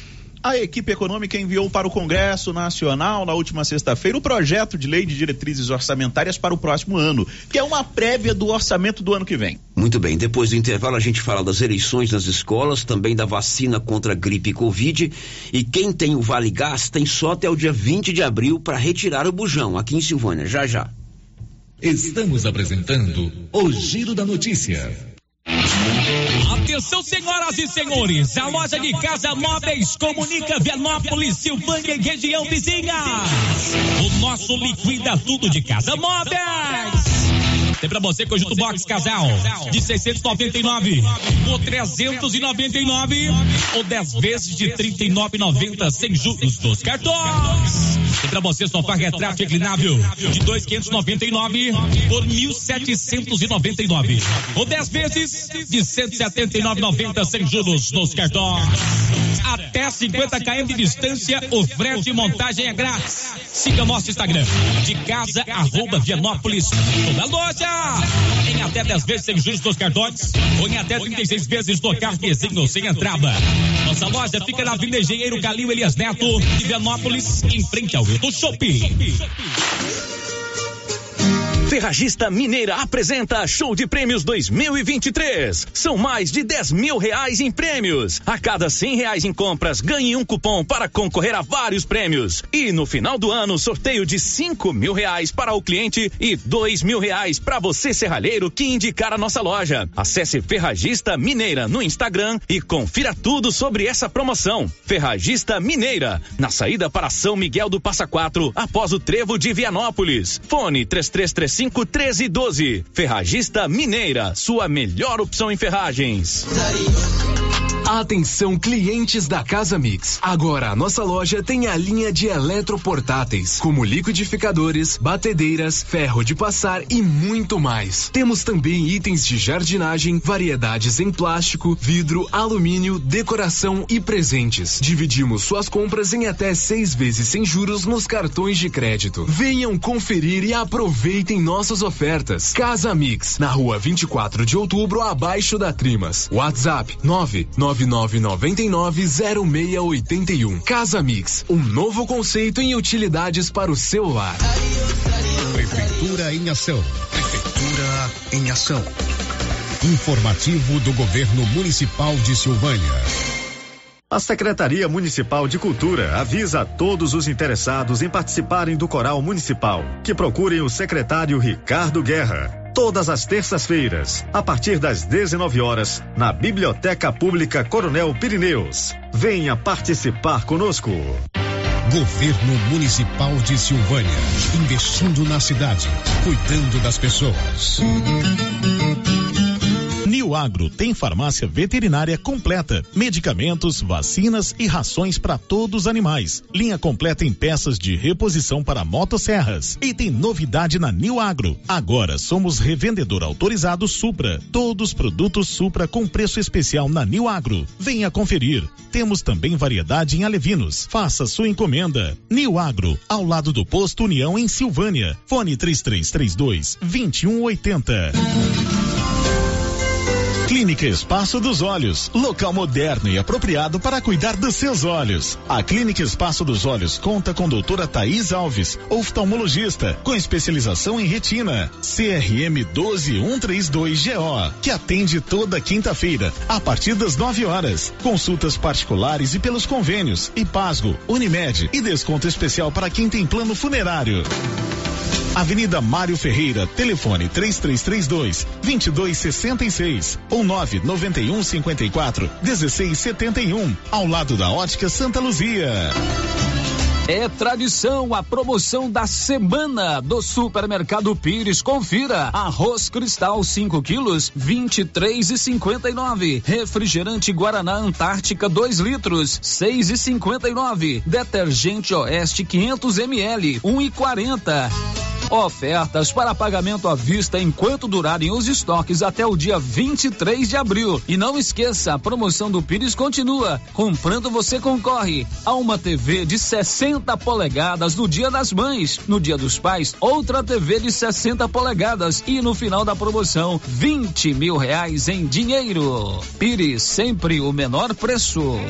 C: A equipe econômica enviou para o Congresso Nacional na última sexta-feira o projeto de lei de diretrizes orçamentárias para o próximo ano, que é uma prévia do orçamento do ano que vem.
F: Muito bem, depois do intervalo a gente fala das eleições nas escolas, também da vacina contra a gripe e Covid, e quem tem o Vale Gás tem só até o dia vinte de abril para retirar o bujão aqui em Silvânia, já já.
M: Estamos apresentando o Giro da Notícia.
J: Atenção, senhoras e senhores, a loja de Casa Móveis comunica Vianópolis, Silvânia e região vizinha. O nosso liquida tudo de Casa Móveis. Tem pra você conjunto box casal de seiscentos e noventa e nove por trezentos e noventa e nove ou dez vezes de trinta e nove reais e noventa centavos sem juros dos cartões. Tem pra você sofá retrato reclinável de dois mil quinhentos e noventa e nove por mil setecentos e noventa e nove ou dez vezes de cento e setenta e nove reais e noventa centavos sem juros nos cartões. Até cinquenta quilômetros de distância, o frete e montagem é grátis. Siga nosso Instagram de casa arroba Vianópolis. Toda loja em Em até dez vezes sem juros nos cartões, ou em até trinta e seis vezes no cartãozinho sem entrada. Nossa loja fica na Avenida Engenheiro Calil Elias Neto, em Vianópolis, em frente ao Hilton Shopping.
B: Ferragista Mineira apresenta Show de Prêmios dois mil e vinte e três. São mais de dez mil reais em prêmios. A cada cem reais em compras, ganhe um cupom para concorrer a vários prêmios. E no final do ano, sorteio de cinco mil reais para o cliente e dois mil reais para você, serralheiro, que indicar a nossa loja. Acesse Ferragista Mineira no Instagram e confira tudo sobre essa promoção. Ferragista Mineira, na saída para São Miguel do Passa Quatro, após o trevo de Vianópolis. Fone três três três cinco, um três um dois. Ferragista Mineira, sua melhor opção em ferragens.
L: Atenção, clientes da Casa Mix. Agora a nossa loja tem a linha de eletroportáteis, como liquidificadores, batedeiras, ferro de passar e muito mais. Temos também itens de jardinagem, variedades em plástico, vidro, alumínio, decoração e presentes. Dividimos suas compras em até seis vezes sem juros nos cartões de crédito. Venham conferir e aproveitem nossas ofertas. Casa Mix, na rua vinte e quatro de outubro, abaixo da Trimas. WhatsApp nove nove nove nove nove zero seis oito um. Casa Mix, um novo conceito em utilidades para o seu lar.
Q: Prefeitura em ação. Prefeitura em ação. Informativo do Governo Municipal de Silvânia.
K: A Secretaria Municipal de Cultura avisa a todos os interessados em participarem do Coral Municipal que procurem o secretário Ricardo Guerra. Todas as terças-feiras, a partir das dezenove horas, na Biblioteca Pública Coronel Pirineus. Venha participar conosco.
Q: Governo Municipal de Silvânia, investindo na cidade, cuidando das pessoas.
A: Nil Agro tem farmácia veterinária completa, medicamentos, vacinas e rações para todos os animais. Linha completa em peças de reposição para motosserras. E tem novidade na Nil Agro. Agora somos revendedor autorizado Supra. Todos os produtos Supra com preço especial na Nil Agro. Venha conferir. Temos também variedade em alevinos. Faça sua encomenda. Nil Agro, ao lado do Posto União em Silvânia. Fone três três três dois, dois um oito zero. Clínica Espaço dos Olhos, local moderno e apropriado para cuidar dos seus olhos. A Clínica Espaço dos Olhos conta com doutora Thaís Alves, oftalmologista, com especialização em retina, C R M um dois um três dois G O, que atende toda quinta-feira, a partir das nove horas. Consultas particulares e pelos convênios, Ipasgo, Unimed e desconto especial para quem tem plano funerário. Avenida Mário Ferreira, telefone três três três dois, dois dois seis seis ou nove nove um cinco quatro, um seis sete um, ao lado da Ótica Santa Luzia.
I: É tradição a promoção da semana do Supermercado Pires. Confira: arroz Cristal cinco quilos, vinte e três e cinquenta e nove. Refrigerante Guaraná Antártica dois litros, seis e cinquenta e nove. Detergente Oeste quinhentos mililitros, um e quarenta. Ofertas para pagamento à vista enquanto durarem os estoques até o dia vinte e três de abril. E não esqueça, a promoção do Pires continua. Comprando você concorre a uma T V de sessenta polegadas no Dia das Mães. No Dia dos Pais, outra T V de sessenta polegadas. E no final da promoção, vinte mil reais em dinheiro. Pires, sempre o menor preço.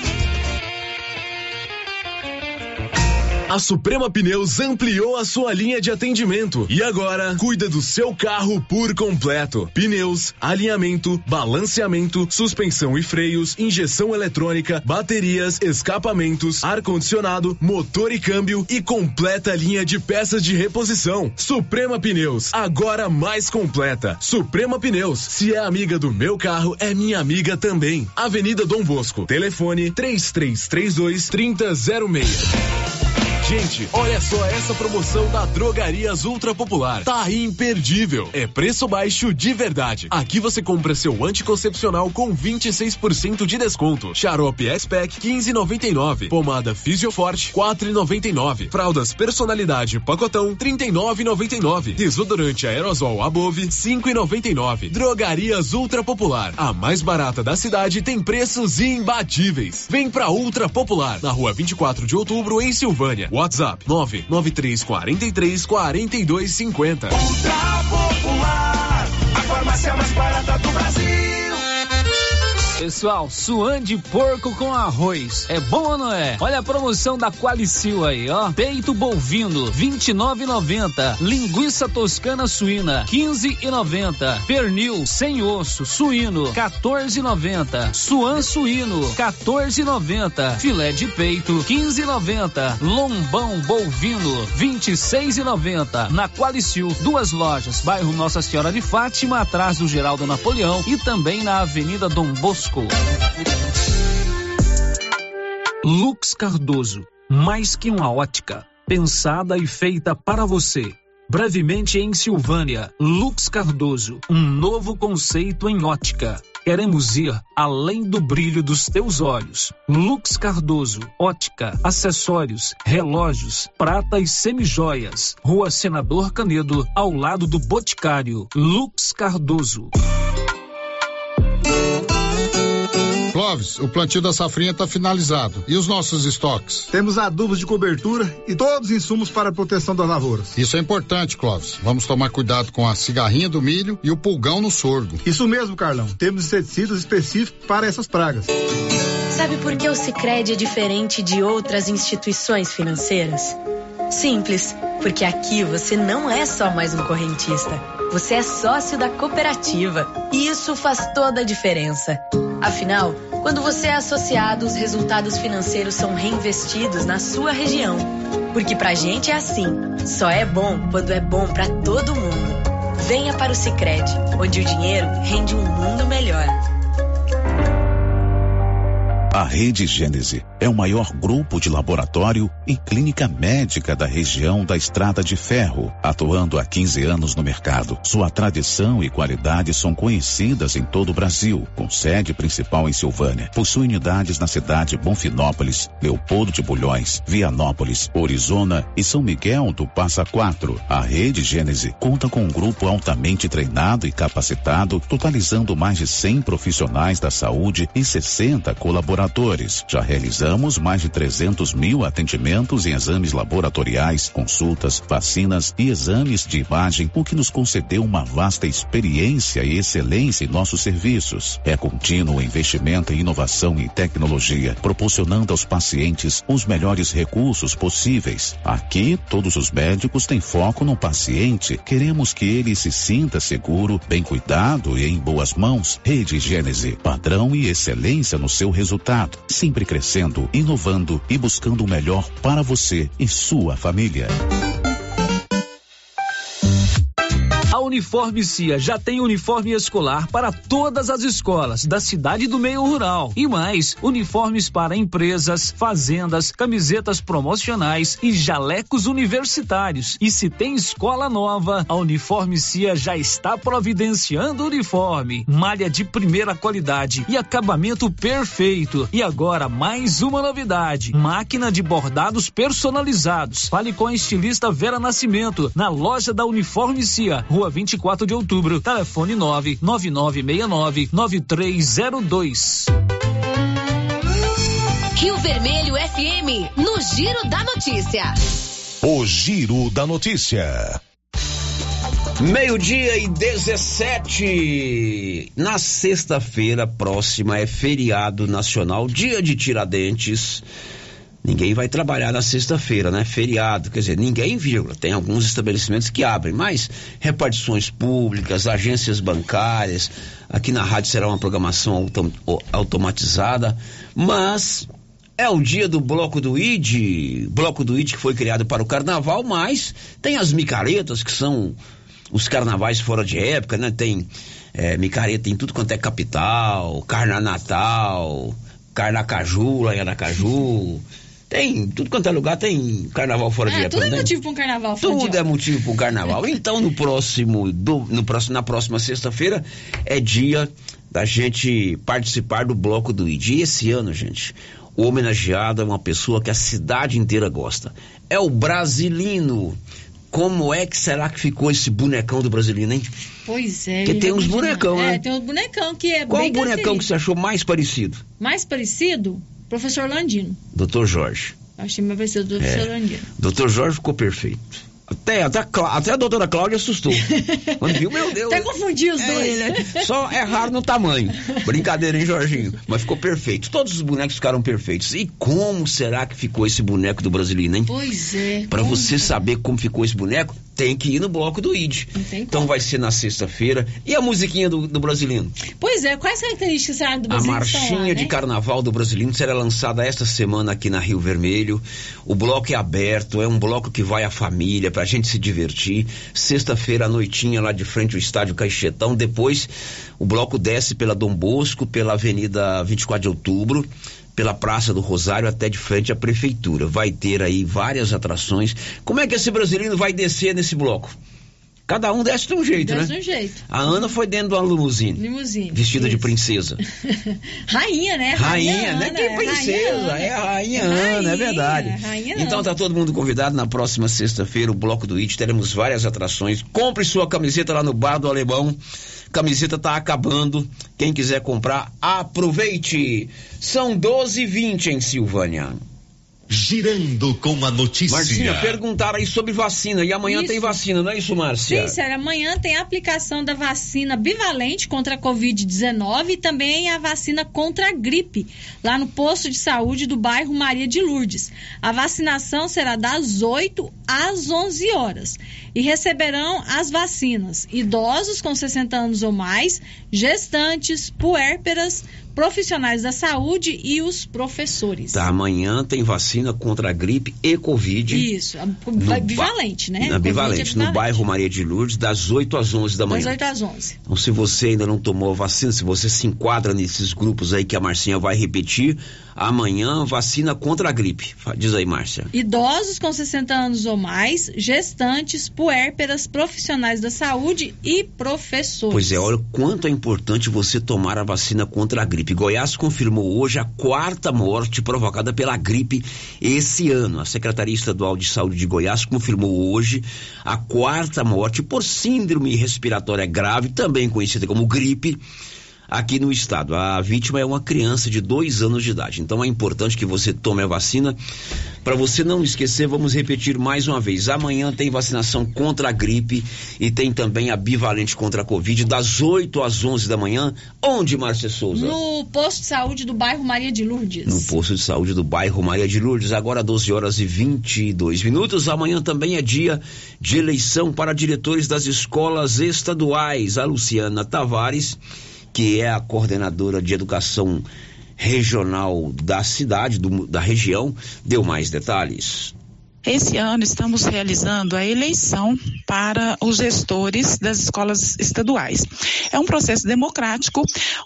L: A Suprema Pneus ampliou a sua linha de atendimento e agora cuida do seu carro por completo. Pneus, alinhamento, balanceamento, suspensão e freios, injeção eletrônica, baterias, escapamentos, ar-condicionado, motor e câmbio e completa linha de peças de reposição. Suprema Pneus, agora mais completa. Suprema Pneus, se é amiga do meu carro, é minha amiga também. Avenida Dom Bosco, telefone três três três dois, três zero zero seis. Gente, olha só essa promoção da Drogarias Ultra Popular. Tá imperdível. É preço baixo de verdade. Aqui você compra seu anticoncepcional com vinte e seis por cento de desconto. Xarope X-Pack quinze e noventa e nove. Pomada Fisioforte quatro e noventa e nove. Fraldas Personalidade Pacotão trinta e nove e noventa e nove. Desodorante Aerosol Above cinco e noventa e nove. Drogarias Ultra Popular. A mais barata da cidade tem preços imbatíveis. Vem pra Ultra Popular, na rua vinte e quatro de outubro em Silvânia. WhatsApp nove nove três quatro três, quatro dois cinco zero.
D: Ultra Popular, a farmácia mais barata do Brasil.
I: Pessoal, suã de porco com arroz. É bom ou não é? Olha a promoção da Qualicil aí, ó. Peito bovino, vinte e nove reais e noventa centavos. Linguiça toscana suína, quinze reais e noventa centavos. Pernil sem osso suíno, quatorze reais e noventa centavos. Suã suíno, quatorze reais e noventa centavos. Filé de peito, quinze reais e noventa centavos. Lombão bovino, vinte e seis reais e noventa centavos. Na Qualicil, duas lojas, bairro Nossa Senhora de Fátima, atrás do Geraldo Napoleão, e também na Avenida Dom Bosco. Lux Cardoso, mais que uma ótica, pensada e feita para você. Brevemente em Silvânia, Lux Cardoso, um novo conceito em ótica. Queremos ir além do brilho dos teus olhos. Lux Cardoso, ótica, acessórios, relógios, prata e semijoias. Rua Senador Canedo, ao lado do Boticário. Lux Cardoso.
R: Clóvis, o plantio da safrinha está finalizado. E os nossos estoques?
S: Temos adubos de cobertura e todos os insumos para a proteção das lavouras.
R: Isso é importante, Clóvis. Vamos tomar cuidado com a cigarrinha do milho e o pulgão no sorgo.
S: Isso mesmo, Carlão. Temos inseticidas específicos para essas pragas.
T: Sabe por que o Sicredi é diferente de outras instituições financeiras? Simples, porque aqui você não é só mais um correntista. Você é sócio da cooperativa e isso faz toda a diferença. Afinal, quando você é associado, os resultados financeiros são reinvestidos na sua região. Porque pra gente é assim, só é bom quando é bom pra todo mundo. Venha para o Sicredi, onde o dinheiro rende um mundo melhor.
A: A Rede Gênese é o maior grupo de laboratório e clínica médica da região da Estrada de Ferro, atuando há quinze anos no mercado. Sua tradição e qualidade são conhecidas em todo o Brasil, com sede principal em Silvânia. Possui unidades na cidade Bonfinópolis, Leopoldo de Bulhões, Vianópolis, Orizona e São Miguel do Passa Quatro. A Rede Gênese conta com um grupo altamente treinado e capacitado, totalizando mais de cem profissionais da saúde e sessenta colaboradores. Já realizamos mais de trezentos mil atendimentos em exames laboratoriais, consultas, vacinas e exames de imagem, o que nos concedeu uma vasta experiência e excelência em nossos serviços. É contínuo investimento em inovação e tecnologia, proporcionando aos pacientes os melhores recursos possíveis. Aqui, todos os médicos têm foco no paciente. Queremos que ele se sinta seguro, bem cuidado e em boas mãos. Rede Gênese, padrão e excelência no seu resultado. Sempre crescendo, inovando e buscando o melhor para você e sua família.
I: A Uniforme Cia já tem uniforme escolar para todas as escolas da cidade e do meio rural. E mais, uniformes para empresas, fazendas, camisetas promocionais e jalecos universitários. E se tem escola nova, a Uniforme Cia já está providenciando uniforme, malha de primeira qualidade e acabamento perfeito. E agora mais uma novidade: máquina de bordados personalizados. Fale com a estilista Vera Nascimento na loja da Uniforme Cia, Rua vinte e quatro de outubro, telefone nove nove nove seis nove nove três zero dois.
E: Rio Vermelho F M, no Giro da Notícia.
Q: O Giro da Notícia.
F: Meio-dia e dezessete. Na sexta-feira próxima é feriado nacional, dia de Tiradentes. Ninguém vai trabalhar na sexta-feira, né? Feriado, quer dizer, ninguém, vírgula. Tem alguns estabelecimentos que abrem, mas repartições públicas, agências bancárias, aqui na rádio será uma programação autom- automatizada, mas é o dia do Bloco do I D, Bloco do I D que foi criado para o carnaval, mas tem as micaretas, que são os carnavais fora de época, né? Tem é, micareta em tudo quanto é capital, Carna Natal, Carnacaju, lá em Aracaju. Tem, tudo quanto é lugar tem carnaval fora
P: é,
F: de época.
P: Tudo é
F: né?
P: motivo para um carnaval fora
F: Tudo
P: de
F: é motivo para um carnaval. Então, no próximo, do, no próximo, na próxima sexta-feira, é dia da gente participar do Bloco do I D. E esse ano, gente, o homenageado é uma pessoa que a cidade inteira gosta. É o Brasilino. Como é que será que ficou esse bonecão do Brasilino, hein?
P: Pois é.
F: Porque tem uns bonecão, né?
P: É, tem uns bonecão que é
F: Qual
P: bem
F: o bonecão que você achou mais parecido?
P: Mais parecido? Professor Landino.
F: doutor Jorge.
P: Achei mais parecido do professor
F: É.
P: Landino.
F: doutor Jorge ficou perfeito. Até, até, a, até a doutora Cláudia assustou. Quando viu, meu Deus.
P: Até confundiu os
F: é,
P: dois.
F: Ele, só é raro no tamanho. Brincadeira, hein, Jorginho? Mas ficou perfeito. Todos os bonecos ficaram perfeitos. E como será que ficou esse boneco do Brasilino, hein?
P: Pois é.
F: Pra você saber como ficou esse boneco, tem que ir no bloco do I D. Então vai ser na sexta-feira. E a musiquinha do, do Brasilino?
P: Pois é, quais características será do
F: A
P: Brasilino?
F: marchinha
P: lá, né?
F: de carnaval do Brasilino será lançada esta semana aqui na Rio Vermelho. O bloco é aberto, é um bloco que vai à família, pra gente se divertir. Sexta-feira à noitinha lá de frente ao estádio Caixetão. Depois o bloco desce pela Dom Bosco, pela Avenida vinte e quatro de Outubro, pela Praça do Rosário até de frente à prefeitura. Vai ter aí várias atrações. Como é que esse Brasilino vai descer nesse bloco? Cada um desce de um jeito,
P: desce
F: né?
P: de um jeito.
F: A Ana foi dentro de uma limusine.
P: Limusine.
F: Vestida
P: isso.
F: de princesa.
P: Rainha, né?
F: Rainha,
P: Rainha
F: né?
P: Ana,
F: Que princesa,
P: Rainha
F: é a Rainha
P: é
F: Ana,
P: rainha,
F: é verdade.
P: Rainha
F: Então
P: Ana.
F: tá todo mundo convidado na próxima sexta-feira, o Bloco do I D, teremos várias atrações. Compre sua camiseta lá no Bar do Alemão. Camiseta tá acabando. Quem quiser comprar, aproveite. São doze e vinte em Silvânia.
M: Girando com a notícia.
F: Marcinha, perguntaram aí sobre vacina. E amanhã
P: Isso.
F: tem vacina, não é isso, Márcia?
P: Sim, sério. Amanhã tem a aplicação da vacina bivalente contra a covid dezenove e também a vacina contra a gripe, lá no posto de saúde do bairro Maria de Lourdes. A vacinação será das oito às onze horas. E receberão as vacinas idosos com sessenta anos ou mais, gestantes, puérperas, profissionais da saúde e os professores.
F: Tá, amanhã tem vacina contra a gripe e Covid.
P: Isso, a bivalente, né?
F: Na bivalente,
P: é
F: no bairro Maria de Lourdes, das oito às onze da manhã.
P: Das oito às onze.
F: Então, se você ainda não tomou a vacina, se você se enquadra nesses grupos aí que a Marcinha vai repetir, amanhã vacina contra a gripe. Diz aí, Márcia.
P: Idosos com sessenta anos ou mais, gestantes, puérperas, profissionais da saúde e professores.
F: Pois é, olha o quanto é importante você tomar a vacina contra a gripe. Goiás confirmou hoje a quarta morte provocada pela gripe esse ano. A Secretaria Estadual de Saúde de Goiás confirmou hoje a quarta morte por síndrome respiratória grave, também conhecida como gripe, aqui no estado. A vítima é uma criança de dois anos de idade. Então é importante que você tome a vacina. Para você não esquecer, vamos repetir mais uma vez. Amanhã tem vacinação contra a gripe e tem também a bivalente contra a Covid, das oito às onze da manhã. Onde, Márcia Souza?
P: No posto de saúde do bairro Maria de Lourdes.
F: No posto de saúde do bairro Maria de Lourdes. Agora doze horas e vinte e dois minutos. Amanhã também é dia de eleição para diretores das escolas estaduais. A Luciana Tavares, que é a coordenadora de educação regional da cidade, do, da região, deu mais detalhes.
G: Esse ano estamos realizando a eleição para os gestores das escolas estaduais. É um processo democrático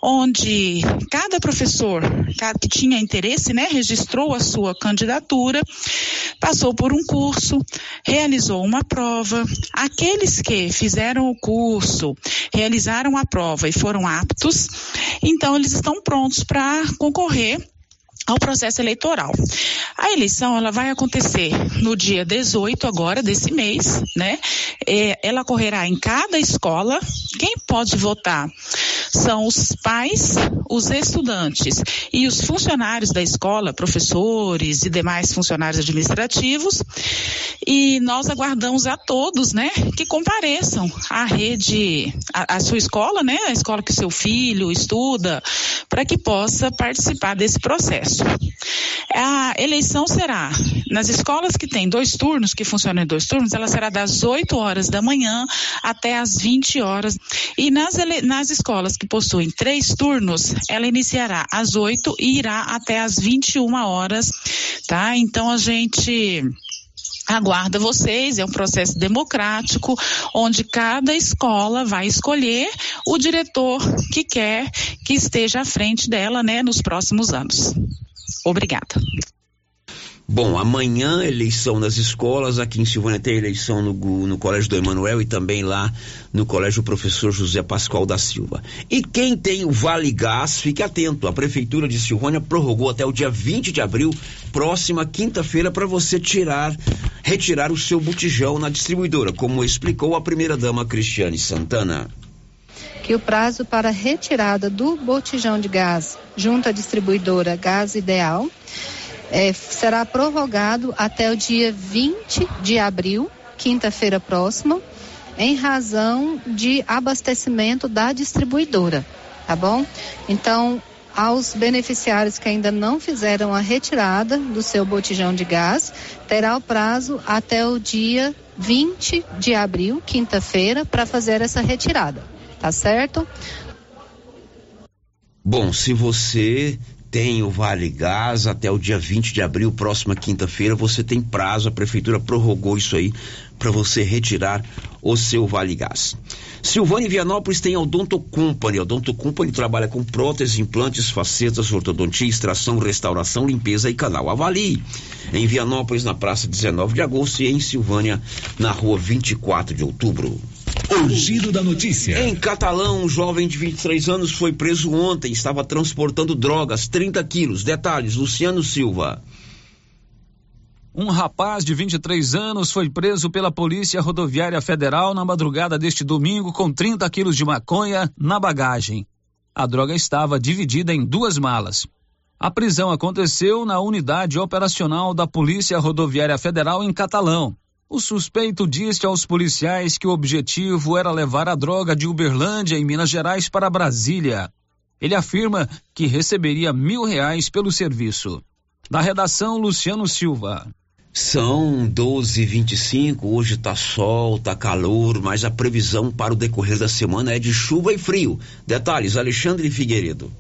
G: onde cada professor que tinha interesse, né, registrou a sua candidatura, passou por um curso, realizou uma prova. Aqueles que fizeram o curso, realizaram a prova e foram aptos, então eles estão prontos para concorrer ao processo eleitoral. A eleição, ela vai acontecer no dia dezoito agora desse mês, né? É, ela ocorrerá em cada escola. Quem pode votar são os pais, os estudantes e os funcionários da escola, professores e demais funcionários administrativos. E nós aguardamos a todos, né, que compareçam à rede, à, à sua escola, né, a escola que seu filho estuda, para que possa participar desse processo. A eleição será nas escolas que tem dois turnos, que funcionam em dois turnos, ela será das oito horas da manhã até as vinte horas. E nas, ele, nas escolas que possuem três turnos, ela iniciará às oito e irá até às vinte e uma horas, tá? Então a gente aguarda vocês, é um processo democrático, onde cada escola vai escolher o diretor que quer que esteja à frente dela, né, nos próximos anos. Obrigada.
F: Bom, amanhã eleição nas escolas, aqui em Silvânia tem eleição no, no Colégio do Emanuel e também lá no Colégio Professor José Pascoal da Silva. E quem tem o Vale Gás, fique atento, a Prefeitura de Silvânia prorrogou até o dia vinte de abril, próxima quinta-feira, para você tirar, retirar o seu botijão na distribuidora, como explicou a primeira-dama Cristiane Santana.
H: Que o prazo para retirada do botijão de gás junto à distribuidora Gás Ideal é, será prorrogado até o dia vinte de abril, quinta-feira próxima, em razão de abastecimento da distribuidora, tá bom? Então, aos beneficiários que ainda não fizeram a retirada do seu botijão de gás, terá o prazo até o dia vinte de abril, quinta-feira, para fazer essa retirada, tá certo?
F: Bom, se você tem o Vale Gás até o dia vinte de abril, próxima quinta-feira, você tem prazo, a prefeitura prorrogou isso aí para você retirar o seu Vale Gás. Silvânia e Vianópolis tem a Odonto Company. A Odonto Company trabalha com próteses, implantes, facetas, ortodontia, extração, restauração, limpeza e canal. Avalie em Vianópolis, na praça dezenove de agosto, e em Silvânia, na rua vinte e quatro de outubro.
Q: O giro da notícia.
F: Em Catalão, um jovem de vinte e três anos foi preso ontem, estava transportando drogas, trinta quilos. Detalhes, Luciano Silva.
I: Um rapaz de vinte e três anos foi preso pela Polícia Rodoviária Federal na madrugada deste domingo com trinta quilos de maconha na bagagem. A droga estava dividida em duas malas. A prisão aconteceu na unidade operacional da Polícia Rodoviária Federal em Catalão. O suspeito disse aos policiais que o objetivo era levar a droga de Uberlândia, em Minas Gerais, para Brasília. Ele afirma que receberia mil reais pelo serviço. Da redação, Luciano Silva.
F: São doze e vinte e cinco, hoje tá sol, tá calor, mas a previsão para o decorrer da semana é de chuva e frio. Detalhes, Alexandre Figueiredo.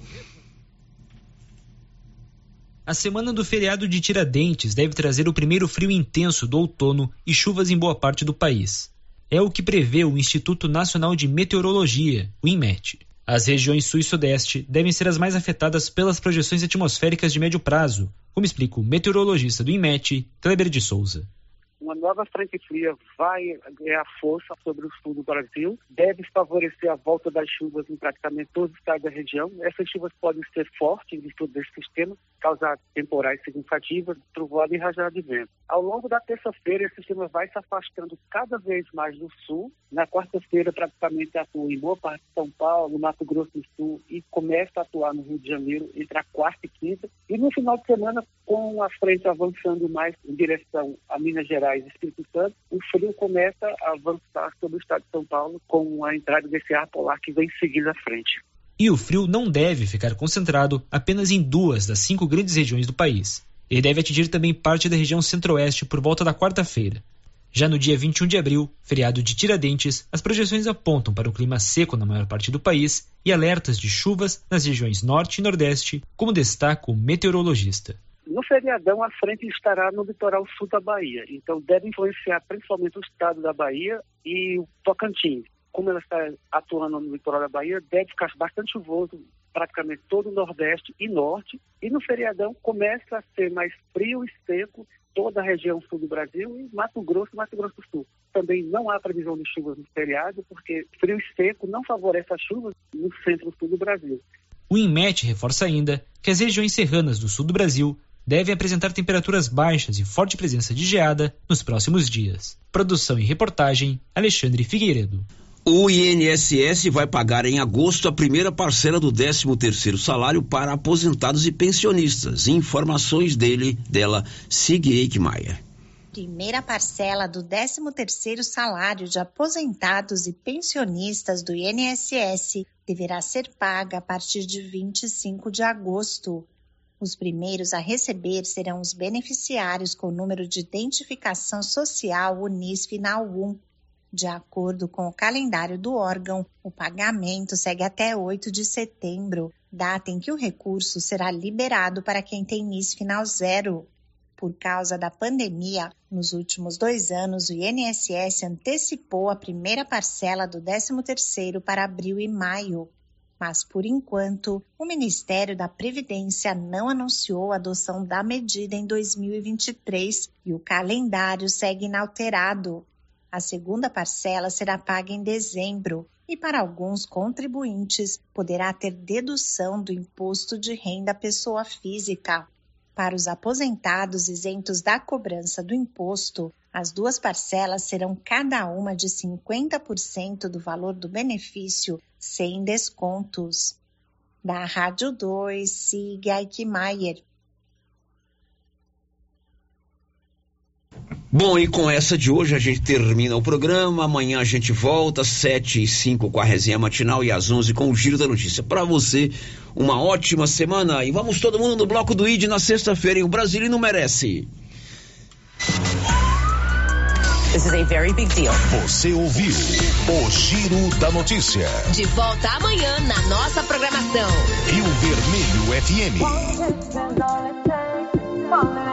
O: A semana do feriado de Tiradentes deve trazer o primeiro frio intenso do outono e chuvas em boa parte do país. É o que prevê o Instituto Nacional de Meteorologia, o INMET. As regiões sul e sudeste devem ser as mais afetadas pelas projeções atmosféricas de médio prazo, como explica o meteorologista do INMET, Kleber de Souza.
U: Uma nova frente fria vai ganhar força sobre o sul do Brasil, deve favorecer a volta das chuvas em praticamente todos os estados da região. Essas chuvas podem ser fortes em virtude desse sistema, causar temporais significativas, trovoada e rajada de vento. Ao longo da terça-feira, esse sistema vai se afastando cada vez mais do sul. Na quarta-feira, praticamente atua em boa parte de São Paulo, Mato Grosso do Sul, e começa a atuar no Rio de Janeiro entre a quarta e quinta. E no final de semana, com a frente avançando mais em direção a Minas Gerais e Espírito Santo, o frio começa a avançar sobre o estado de São Paulo com a entrada desse ar polar que vem seguindo à frente.
O: E o frio não deve ficar concentrado apenas em duas das cinco grandes regiões do país. Ele deve atingir também parte da região centro-oeste por volta da quarta-feira. Já no dia vinte e um de abril, feriado de Tiradentes, as projeções apontam para um clima seco na maior parte do país e alertas de chuvas nas regiões norte e nordeste, como destaca o meteorologista.
U: No feriadão, a frente estará no litoral sul da Bahia, então deve influenciar principalmente o estado da Bahia e o Tocantins. Como ela está atuando no litoral da Bahia, deve ficar bastante chuvoso praticamente todo o nordeste e norte. E no feriadão começa a ser mais frio e seco toda a região sul do Brasil e Mato Grosso e Mato Grosso do Sul. Também não há previsão de chuvas no feriado, porque frio e seco não favorece as chuvas no centro-sul do Brasil.
O: O INMET reforça ainda que as regiões serranas do sul do Brasil devem apresentar temperaturas baixas e forte presença de geada nos próximos dias. Produção e reportagem, Alexandre Figueiredo.
F: O I N S S vai pagar em agosto a primeira parcela do décimo terceiro salário para aposentados e pensionistas. Informações dele, dela, Sig Eichmeier.
V: Primeira parcela do décimo terceiro salário de aposentados e pensionistas do I N S S deverá ser paga a partir de vinte e cinco de agosto. Os primeiros a receber serão os beneficiários com o número de identificação social Unisf final um. De acordo com o calendário do órgão, o pagamento segue até oito de setembro, data em que o recurso será liberado para quem tem N I S final zero. Por causa da pandemia, nos últimos dois anos, o I N S S antecipou a primeira parcela do décimo terceiro para abril e maio. Mas, por enquanto, o Ministério da Previdência não anunciou a adoção da medida em dois mil e vinte e três e o calendário segue inalterado. A segunda parcela será paga em dezembro e, para alguns contribuintes, poderá ter dedução do imposto de renda pessoa física. Para os aposentados isentos da cobrança do imposto, as duas parcelas serão cada uma de cinquenta por cento do valor do benefício, sem descontos. Da Rádio dois, Sig Eichmeier.
F: Bom, e com essa de hoje a gente termina o programa. Amanhã a gente volta, sete e cinco com a resenha matinal e às onze com o Giro da Notícia. Para você, uma ótima semana. E vamos todo mundo no Bloco do I D na sexta-feira, e o Brasilino merece.
E: This is a very big deal.
M: Você ouviu o Giro da Notícia.
E: De volta amanhã na nossa programação.
M: Rio Vermelho F M.